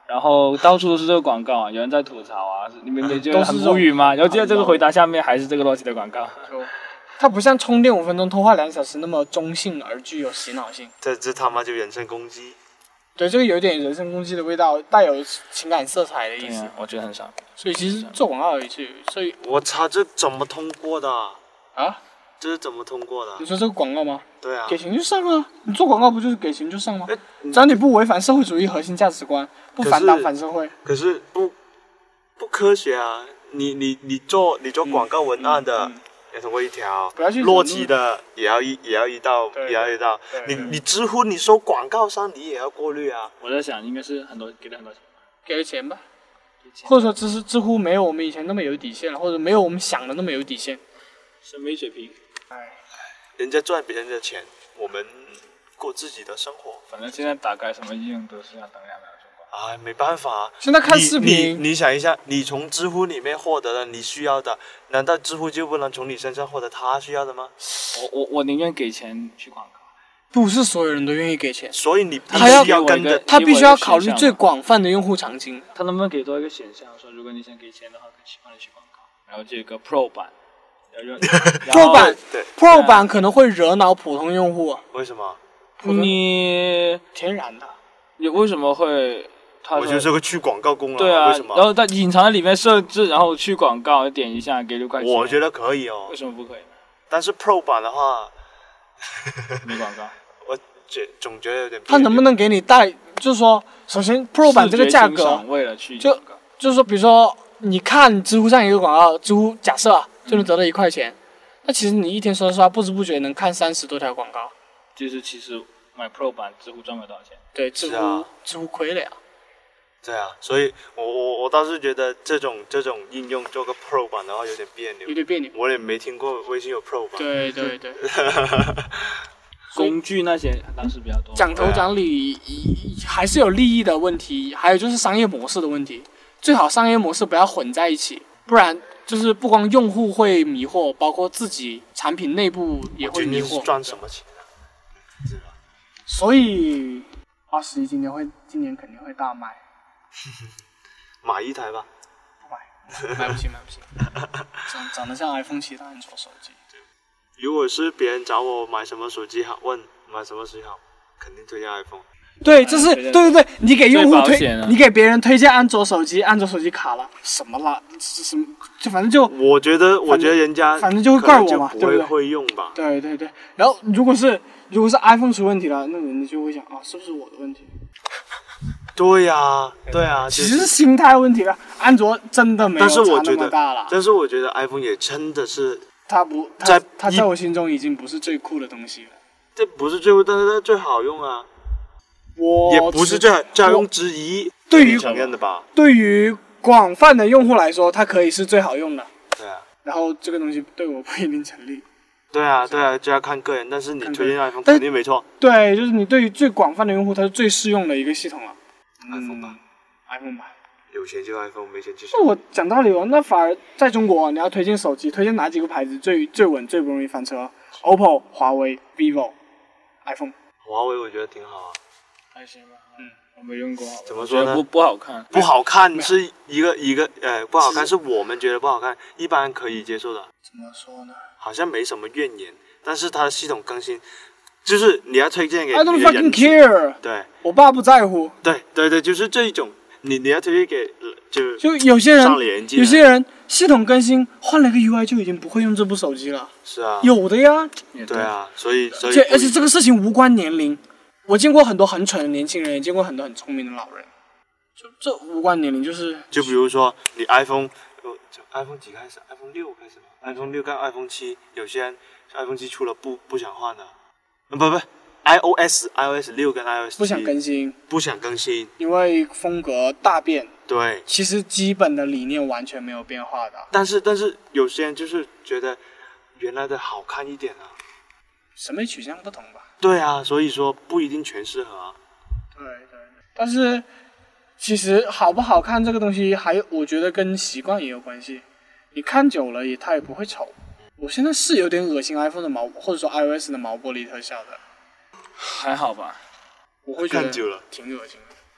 然后到处都是这个广告啊，有人在吐槽啊，你们没觉得很都是这种无语吗？然后接着这个回答下面还是这个逻辑的广告。 它不像充电五分钟通话两小时那么中性而具有洗脑性。 这这他妈就人身攻击。 对，这个有点人身攻击的味道，带有情感色彩的意思。 对啊，我觉得很少。 所以其实做广告也是，所以我操，这怎么通过的？ 啊， 这是怎么通过的你？说这个广告吗？ 对啊。 给钱就上啊！你做广告不就是给钱就上吗？ 哎只要你不违反社会主义核心价值观，不反党反社会。 可是不不科学啊！你你你做你做广告文案的。 嗯嗯要通过一条， 不要去落地的也要一也要一道， 对也要一道。 对对你你知乎你收广告商，你也要过滤啊。 我在想，应该是很多给了很多钱。 给了钱吧， 给钱或者说知识知乎没有我们以前那么有底线了，或者没有我们想的那么有底线。 审美水平， 哎， 人家赚别人的钱，我们过自己的生活。 反正现在打开什么应用都是要等两秒钟吧。 哎，没办法。 现在看视频你你，你想一下，你从知乎里面获得了你需要的，难道知乎就不能从你身上获得他需要的吗？ 我我我宁愿给钱去广告。 不是所有人都愿意给钱， 所以你必他要须要跟着。 他必须要考虑最广泛的用户场景。 他能不能给多一个选项，说如果你想给钱的话，可以帮你去广告，然后这个 Pro 版，然后 Pro 版对 Pro 版可能会惹恼普通用户， 为什么？ 你天然的。 你为什么会？ 我就是个去广告工啊。 对啊， 为什么？ 然后他隐藏在里面设置，然后去广告点一下给六块钱。 我觉得可以哦。 为什么不可以呢？ 但是 Pro 版的话， 没广告。 我觉总觉得有点。 他能不能给你带？就是说，首先 Pro 版这个价格， 为了去就就是说，比如说你看知乎上一个广告，知乎假设啊就能得到一块钱，那其实你一天刷刷不知不觉能看三十多条广告。 就是其实买 Pro 版知乎赚了多少钱？ 对，知乎、 啊、 知乎亏了呀。 对啊，所以我我我倒是觉得这种这种应用做个 Pro 版的话有点别扭， 有点别扭。 我也没听过微信有 Pro 版。 对对对。 工具那些当时比较多。 讲头讲理，还是有利益的问题，还有就是商业模式的问题。最好商业模式不要混在一起，不然就是不光用户会迷惑，包括自己产品内部也会迷惑。 赚什么钱啊？是吧？ 所以二十一今年会今年肯定会大卖。 买一台吧。 不买，买不起，买不起。长长得像 iPhone 七的安卓手机。 如果是别人找我买什么手机好，问买什么手机好，肯定推荐 iPhone。 对，这是、嗯、对对对，你给用户推， 啊、 你给别人推荐安卓手机，安卓手机卡了，什么啦？什么？就反正就我觉得，我觉得人家反正就会怪我嘛， 对不对？会用吧？ 对对对。然后如果是如果是 iPhone 出问题了，那人家就会想啊，是不是我的问题？ 对呀、啊，对啊， 其实是心态问题了。安卓真的没有差那么大了。 但是我觉得 iPhone 也真的是， 它不，它它在我心中已经不是最酷的东西了。 这不是最酷，但是它最好用啊。 我也不是最好最好用之一。 对于承认的吧？ 对于广泛的用户来说，它可以是最好用的。 对啊。 然后这个东西对我不一定成立。 对啊，对啊，就要看个人。但是你推荐 iPhone 肯定没错。 对，就是你对于最广泛的用户，它是最适用的一个系统了。 iPhone 吧 ，iPhone 吧。 有钱就 iPhone， 没钱就。 那我讲道理哦，那反而在中国，你要推荐手机，推荐哪几个牌子最最稳、最不容易翻车 ？O P P O、华为、vivo、iPhone。 华为我觉得挺好啊。 还行吧，嗯，我没用过。 怎么说呢？ 不不好看。 不好看是一个一个呃不好看，是我们觉得不好看，一般可以接受的。 怎么说呢？ 好像没什么怨言，但是它的系统更新。就是你要推荐给 I don't fucking care。 对， 我爸不在乎。 对对对，就是这一种，你你要推荐给就就有些人，有些人系统更新换了个 U I 就已经不会用这部手机了。 是啊， 有的呀。 对啊，所以所以且而且这个事情无关年龄，我见过很多很蠢的年轻人，也见过很多很聪明的老人，就这无关年龄，就是就比如说你 iPhone， iPhone 几开始 ？iPhone 六开始吧 ？iPhone 六跟 iPhone 七，有些人 iPhone 七出了不不想换的。不不 ，iOS iOS 六跟 iOS 七不想更新， 不想更新， 因为风格大变。 对， 其实基本的理念完全没有变化的。 但是但是有些人就是觉得原来的好看一点啊， 审美取向不同吧？ 对啊，所以说不一定全适合啊。 对对，但是其实好不好看这个东西，还有我觉得跟习惯也有关系。你看久了也它也不会丑。我现在是有点恶心 iPhone 的毛，或者说 iOS 的毛玻璃特效的。 还好吧， 我会觉得看久了挺恶心的。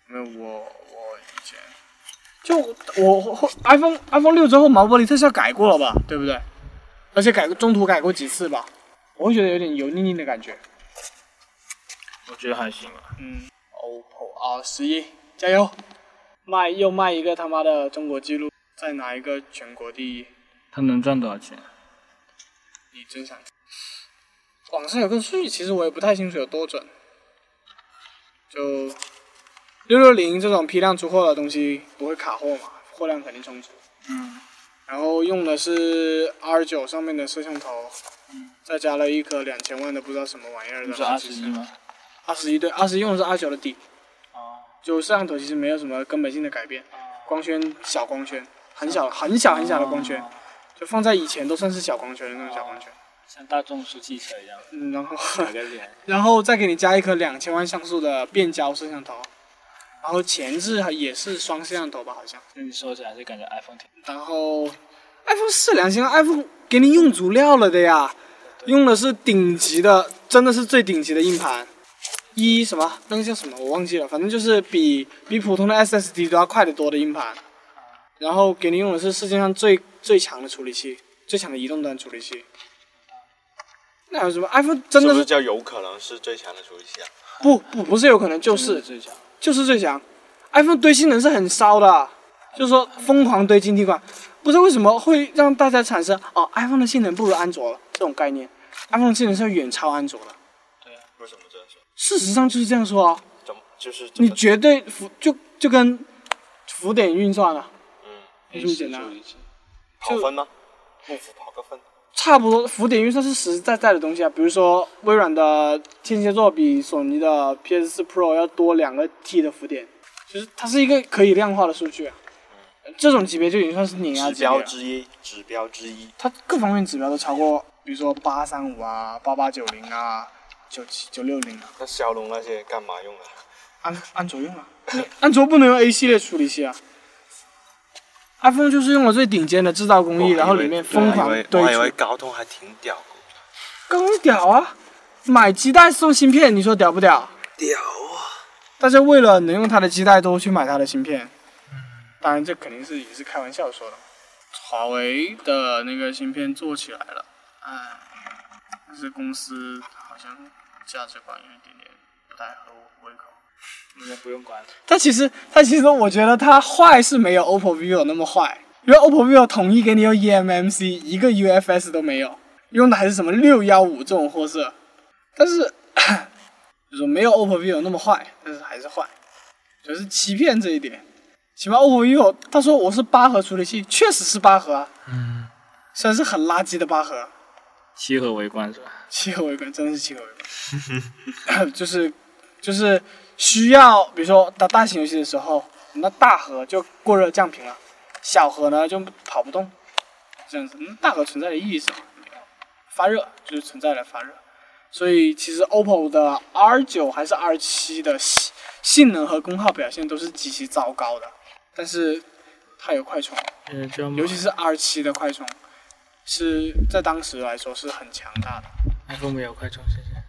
没有我我以前就我我 iPhone iPhone 六之后毛玻璃特效改过了吧，对不对？而且改中途改过几次吧，我会觉得有点油腻腻的感觉。 我觉得还行啊。 嗯 ，O P P O R 十一，加油！卖又卖一个他妈的中国纪录，再拿一个全国第一。 他能赚多少钱？ 你真想？网上有个数据，其实我也不太清楚有多准。就六六零这种批量出货的东西不会卡货嘛，货量肯定充足。 嗯。 然后用的是 R 九 上面的摄像头， 嗯， 再加了一颗两千万的不知道什么玩意儿的。 是二十一吗？ 二十一对，二十一用的是 R 九 的底。 哦。 就摄像头其实没有什么根本性的改变，光圈小光圈，很小很小很小的光圈。哦，就放在以前都算是小光圈的那种小光圈， 像大众出汽车一样。 嗯，然后改个脸， 然后再给你加一颗两千万像素的变焦摄像头，然后前置也是双摄像头吧，好像。 那你说起来就感觉 iPhone 挺。 然后 iPhone 四两千万 ，iPhone 给你用足料了的呀，用的是顶级的，真的是最顶级的硬盘，一什么那个叫什么我忘记了，反正就是比比普通的 S S D 都要快得多的硬盘。然后给你用的是世界上最最强的处理器，最强的移动端处理器。那有什么 iPhone 真的 是, 是不是叫有可能是最强的处理器啊？ 不不不是有可能就是最强， 就是最强。iPhone 堆性能是很烧的，就是说疯狂堆晶体管，不知道为什么会让大家产生哦 iPhone 的性能不如安卓了这种概念。iPhone 的性能是要远超安卓的。 对啊，为什么这样说？ 事实上就是这样说啊。 怎么就是你绝对浮就就跟浮点运算了。 没这么简单， 跑分吗？幕府跑个分， 差不多。浮点运算是实实在在的东西啊，比如说微软的天蝎座比索尼的 P S 四 Pro 要多两个 T 的浮点，就是它是一个可以量化的数据啊。这种级别就已经算是碾压级别了。 指标之一，指标之一。 它各方面指标都超过，比如说八三五啊、八八九零啊、九七九六零啊。 那骁龙那些干嘛用啊？ 安安卓用啊，安卓不能用 A 系列处理器啊。iPhone 就是用了最顶尖的制造工艺，然后里面疯狂堆砌。 我还以为高通还挺屌。 高通屌啊！买基带送芯片，你说屌不屌？ 屌啊！ 大家为了能用它的基带，都去买它的芯片。当然，这肯定是也是开玩笑说的。华为的那个芯片做起来了，哎，但是公司好像价值观有一点点不太合我胃口。 应该不用管。 它其实，它其实我觉得它坏是没有 O P P O Vivo 那么坏，因为 O P P O Vivo 统一给你用 E M M C， 一个 U F S 都没有，用的还是什么六一五这种货色。但是，就是说没有 O P P O Vivo 那么坏，但是还是坏，就是欺骗这一点。起码 O P P O Vivo 他说我是八核处理器，确实是八核啊，嗯，虽然是很垃圾的八核， 七核为冠是吧？ 七核为冠，真的是七核为冠，就是就是。需要，比如说打大型游戏的时候，那大核就过热降频了，小核呢就跑不动，这样子。那大核存在的意义是什么？发热，就是存在的发热。所以其实 O P P O 的 R 九 还是 R 七 的性能和功耗表现都是极其糟糕的，但是它有快充，尤其是 R 七 的快充，是在当时来说是很强大的。 iPhone 没有快充，谢谢。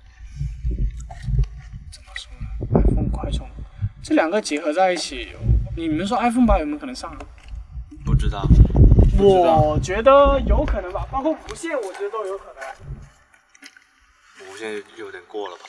iPhone 快充，这两个结合在一起，你们说 iPhone 八有没有可能上？ 不知道。 我觉得有可能吧，包括无线，我觉得都有可能。 无线有点过了吧？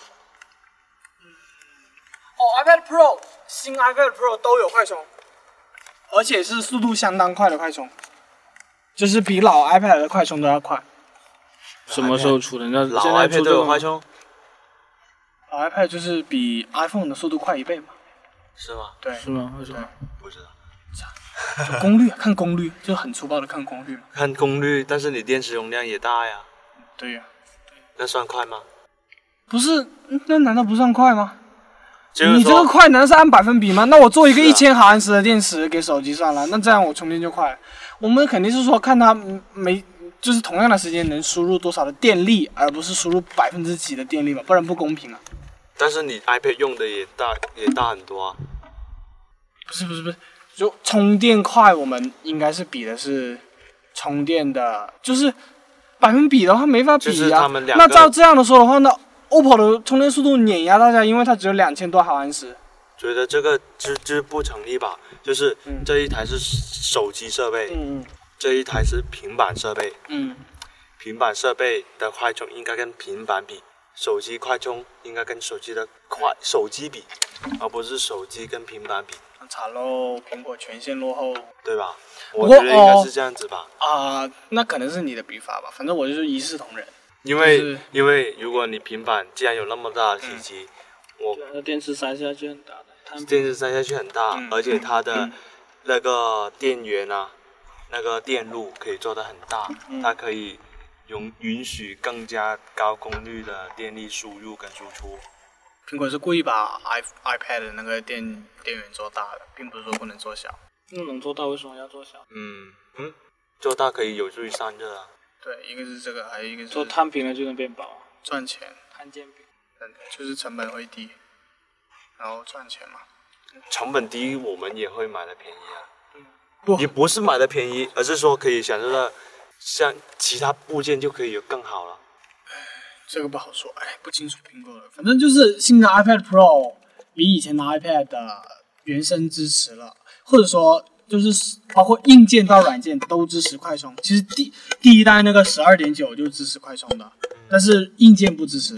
哦 ，iPad Pro 新 iPad Pro 都有快充，而且是速度相当快的快充，就是比老 iPad 的快充都要快。 什么时候出的？那老 iPad 都有快充？ 老 iPad 就是比 iPhone 的速度快一倍嘛？ 是吗？ 对。 是吗？为什么？ 不知道。 就功率，看功率，就很粗暴的看功率嘛。 看功率，但是你电池容量也大呀。 对呀。 那算快吗？ 不是，那难道不算快吗？ 就是你这个快难道是按百分比吗？那我做一个一千毫安时的电池给手机算了，那这样我充电就快了。我们肯定是说看它没，就是同样的时间能输入多少的电力，而不是输入百分之几的电力吧，不然不公平啊。 但是你 iPad 用的也大，也大很多啊。 不是不是不是，就充电快，我们应该是比的是充电的，就是百分比的话没法比啊。 就是他们两个那照这样的说的话，那 O P P O 的充电速度碾压大家，因为它只有两千多毫安时。 觉得这个就就不成立吧，就是这一台是手机设备， 嗯这一台是平板设备， 嗯， 平板设备的快充应该跟平板比，手机快充应该跟手机的快手机比，而不是手机跟平板比。 惨喽，苹果全线落后， 对吧？ 不过我觉得应该是这样子吧。 啊、呃，那可能是你的笔法吧，反正我就是一视同仁。 因为、 就是、 因为如果你平板既然有那么大的体积，嗯、我那电池塞下去很大的， 电池塞下去很大， 嗯、 而且它的那个电源啊，那个电路可以做得很大， 嗯、 它可以允允许更加高功率的电力输入跟输出。 苹果是故意把 i iPad 的那个电电源做大的，并不是说不能做小。 那能做大为什么要做小？ 嗯嗯，做大可以有助于散热啊。 对，一个是这个，还有一个是做摊平了就能变薄， 赚钱， 摊煎饼， 嗯，就是成本会低，然后赚钱嘛。 成本低，我们也会买的便宜啊。 嗯，不， 也不是买的便宜，而是说可以享受到像其他部件就可以有更好了。 这个不好说，哎，不清楚苹果的，反正就是新的 iPad Pro 比以前的 iPad 的原生支持了，或者说就是包括硬件到软件都支持快充。其实第第一代那个 十二点九 就支持快充的，但是硬件不支持。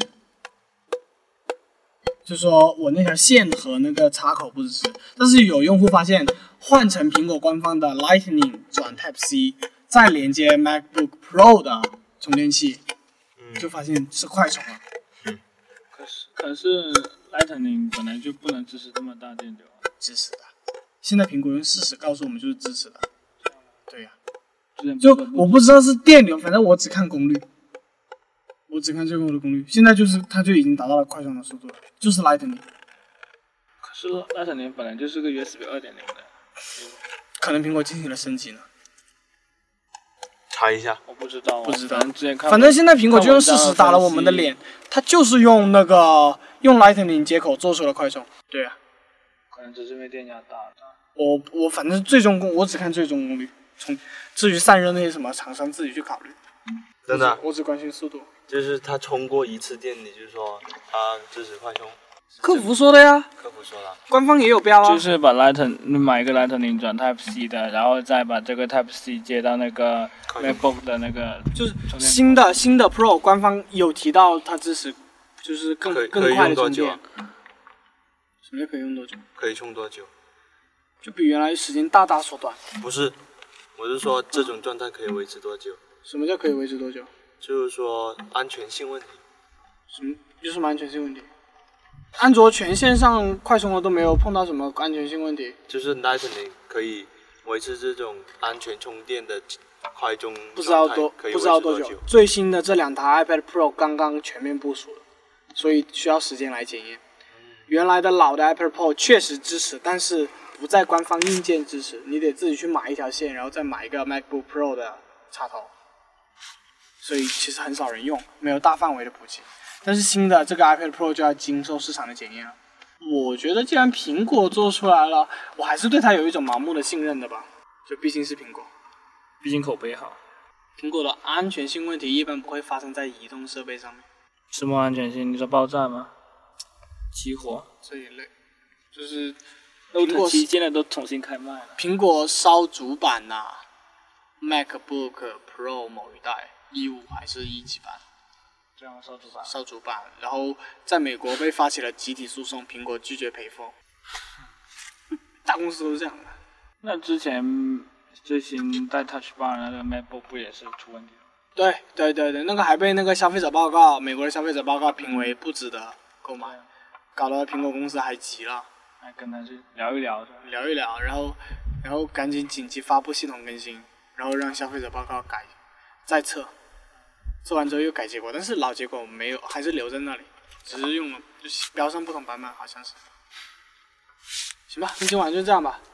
就说我那条线和那个插口不支持，但是有用户发现换成苹果官方的 Lightning 转 Type C， 再连接 MacBook Pro 的充电器。就发现是快充了， 嗯， 可是可是 Lightning 本来就不能支持这么大电流， 支持的。现在苹果用事实告诉我们就是支持的，对呀、 啊， 就我不知道是电流，反正我只看功率，我只看最后的功率。现在就是它就已经达到了快充的速度了，就是 Lightning。 可是 Lightning 本来就是个 U S B 二点零的， 可能苹果进行了升级呢。 查一下， 我不知道， 不知道。 反正之前看， 反正现在苹果就用事实打了我们的脸，它就是用那个用 Lightning 接口做出了快充。对啊， 可能只是因为电压大。 我我反正最终功，我只看最终功率，从至于散热那些什么，厂商自己去考虑。 真的， 我只关心速度。 就是它充过一次电，你就说它支持快充。 客服说的呀， 客服说的， 官方也有标啊。 就是把 Lightning 买一个 Lightning 转 Type C 的，然后再把这个 Type C 接到那个 MacBook 的那个， 就是新的新的 Pro 官方有提到它支持，就是更更快的充电。什么叫可以用多久？ 可以充多久？ 就比原来时间大大缩短。 不是，我是说这种状态可以维持多久？ 什么叫可以维持多久？ 就是说安全性问题。 什么？有什么安全性问题？安卓全线上快充的都没有碰到什么安全性问题。 就是 Lightning 可以维持这种安全充电的快充， 不知道多不知道多久。最新的这两台 iPad Pro 刚刚全面部署了，所以需要时间来检验。嗯、原来的老的 iPad Pro 确实支持，但是不在官方硬件支持，你得自己去买一条线，然后再买一个 MacBook Pro 的插头。所以其实很少人用，没有大范围的普及。但是新的这个 iPad Pro 就要经受市场的检验了。我觉得既然苹果做出来了，我还是对它有一种盲目的信任的吧。就毕竟是苹果， 毕竟口碑好。 苹果的安全性问题一般不会发生在移动设备上面。 什么安全性？你说爆炸吗？起火？ 这一类，就是苹果七现在都重新开卖了。 苹果烧主板呐、啊、，MacBook Pro 某一代一五还是一几版？ 这样烧主板， 烧主板，然后在美国被发起了集体诉讼，苹果拒绝赔付。大公司都是这样的。 那之前最新带 Touch Bar 那个 MacBook 不也是出问题了？ 对对对对，那个还被那个消费者报告，美国的消费者报告评为不值得购买，搞得苹果公司还急了。 还跟他去聊一聊， 聊一聊，然后然后赶紧紧急发布系统更新，然后让消费者报告改，再测。测完之后又改结果，但是老结果没有，还是留在那里，只是用了就是标上不同版本，好像是。行吧，那今晚就这样吧。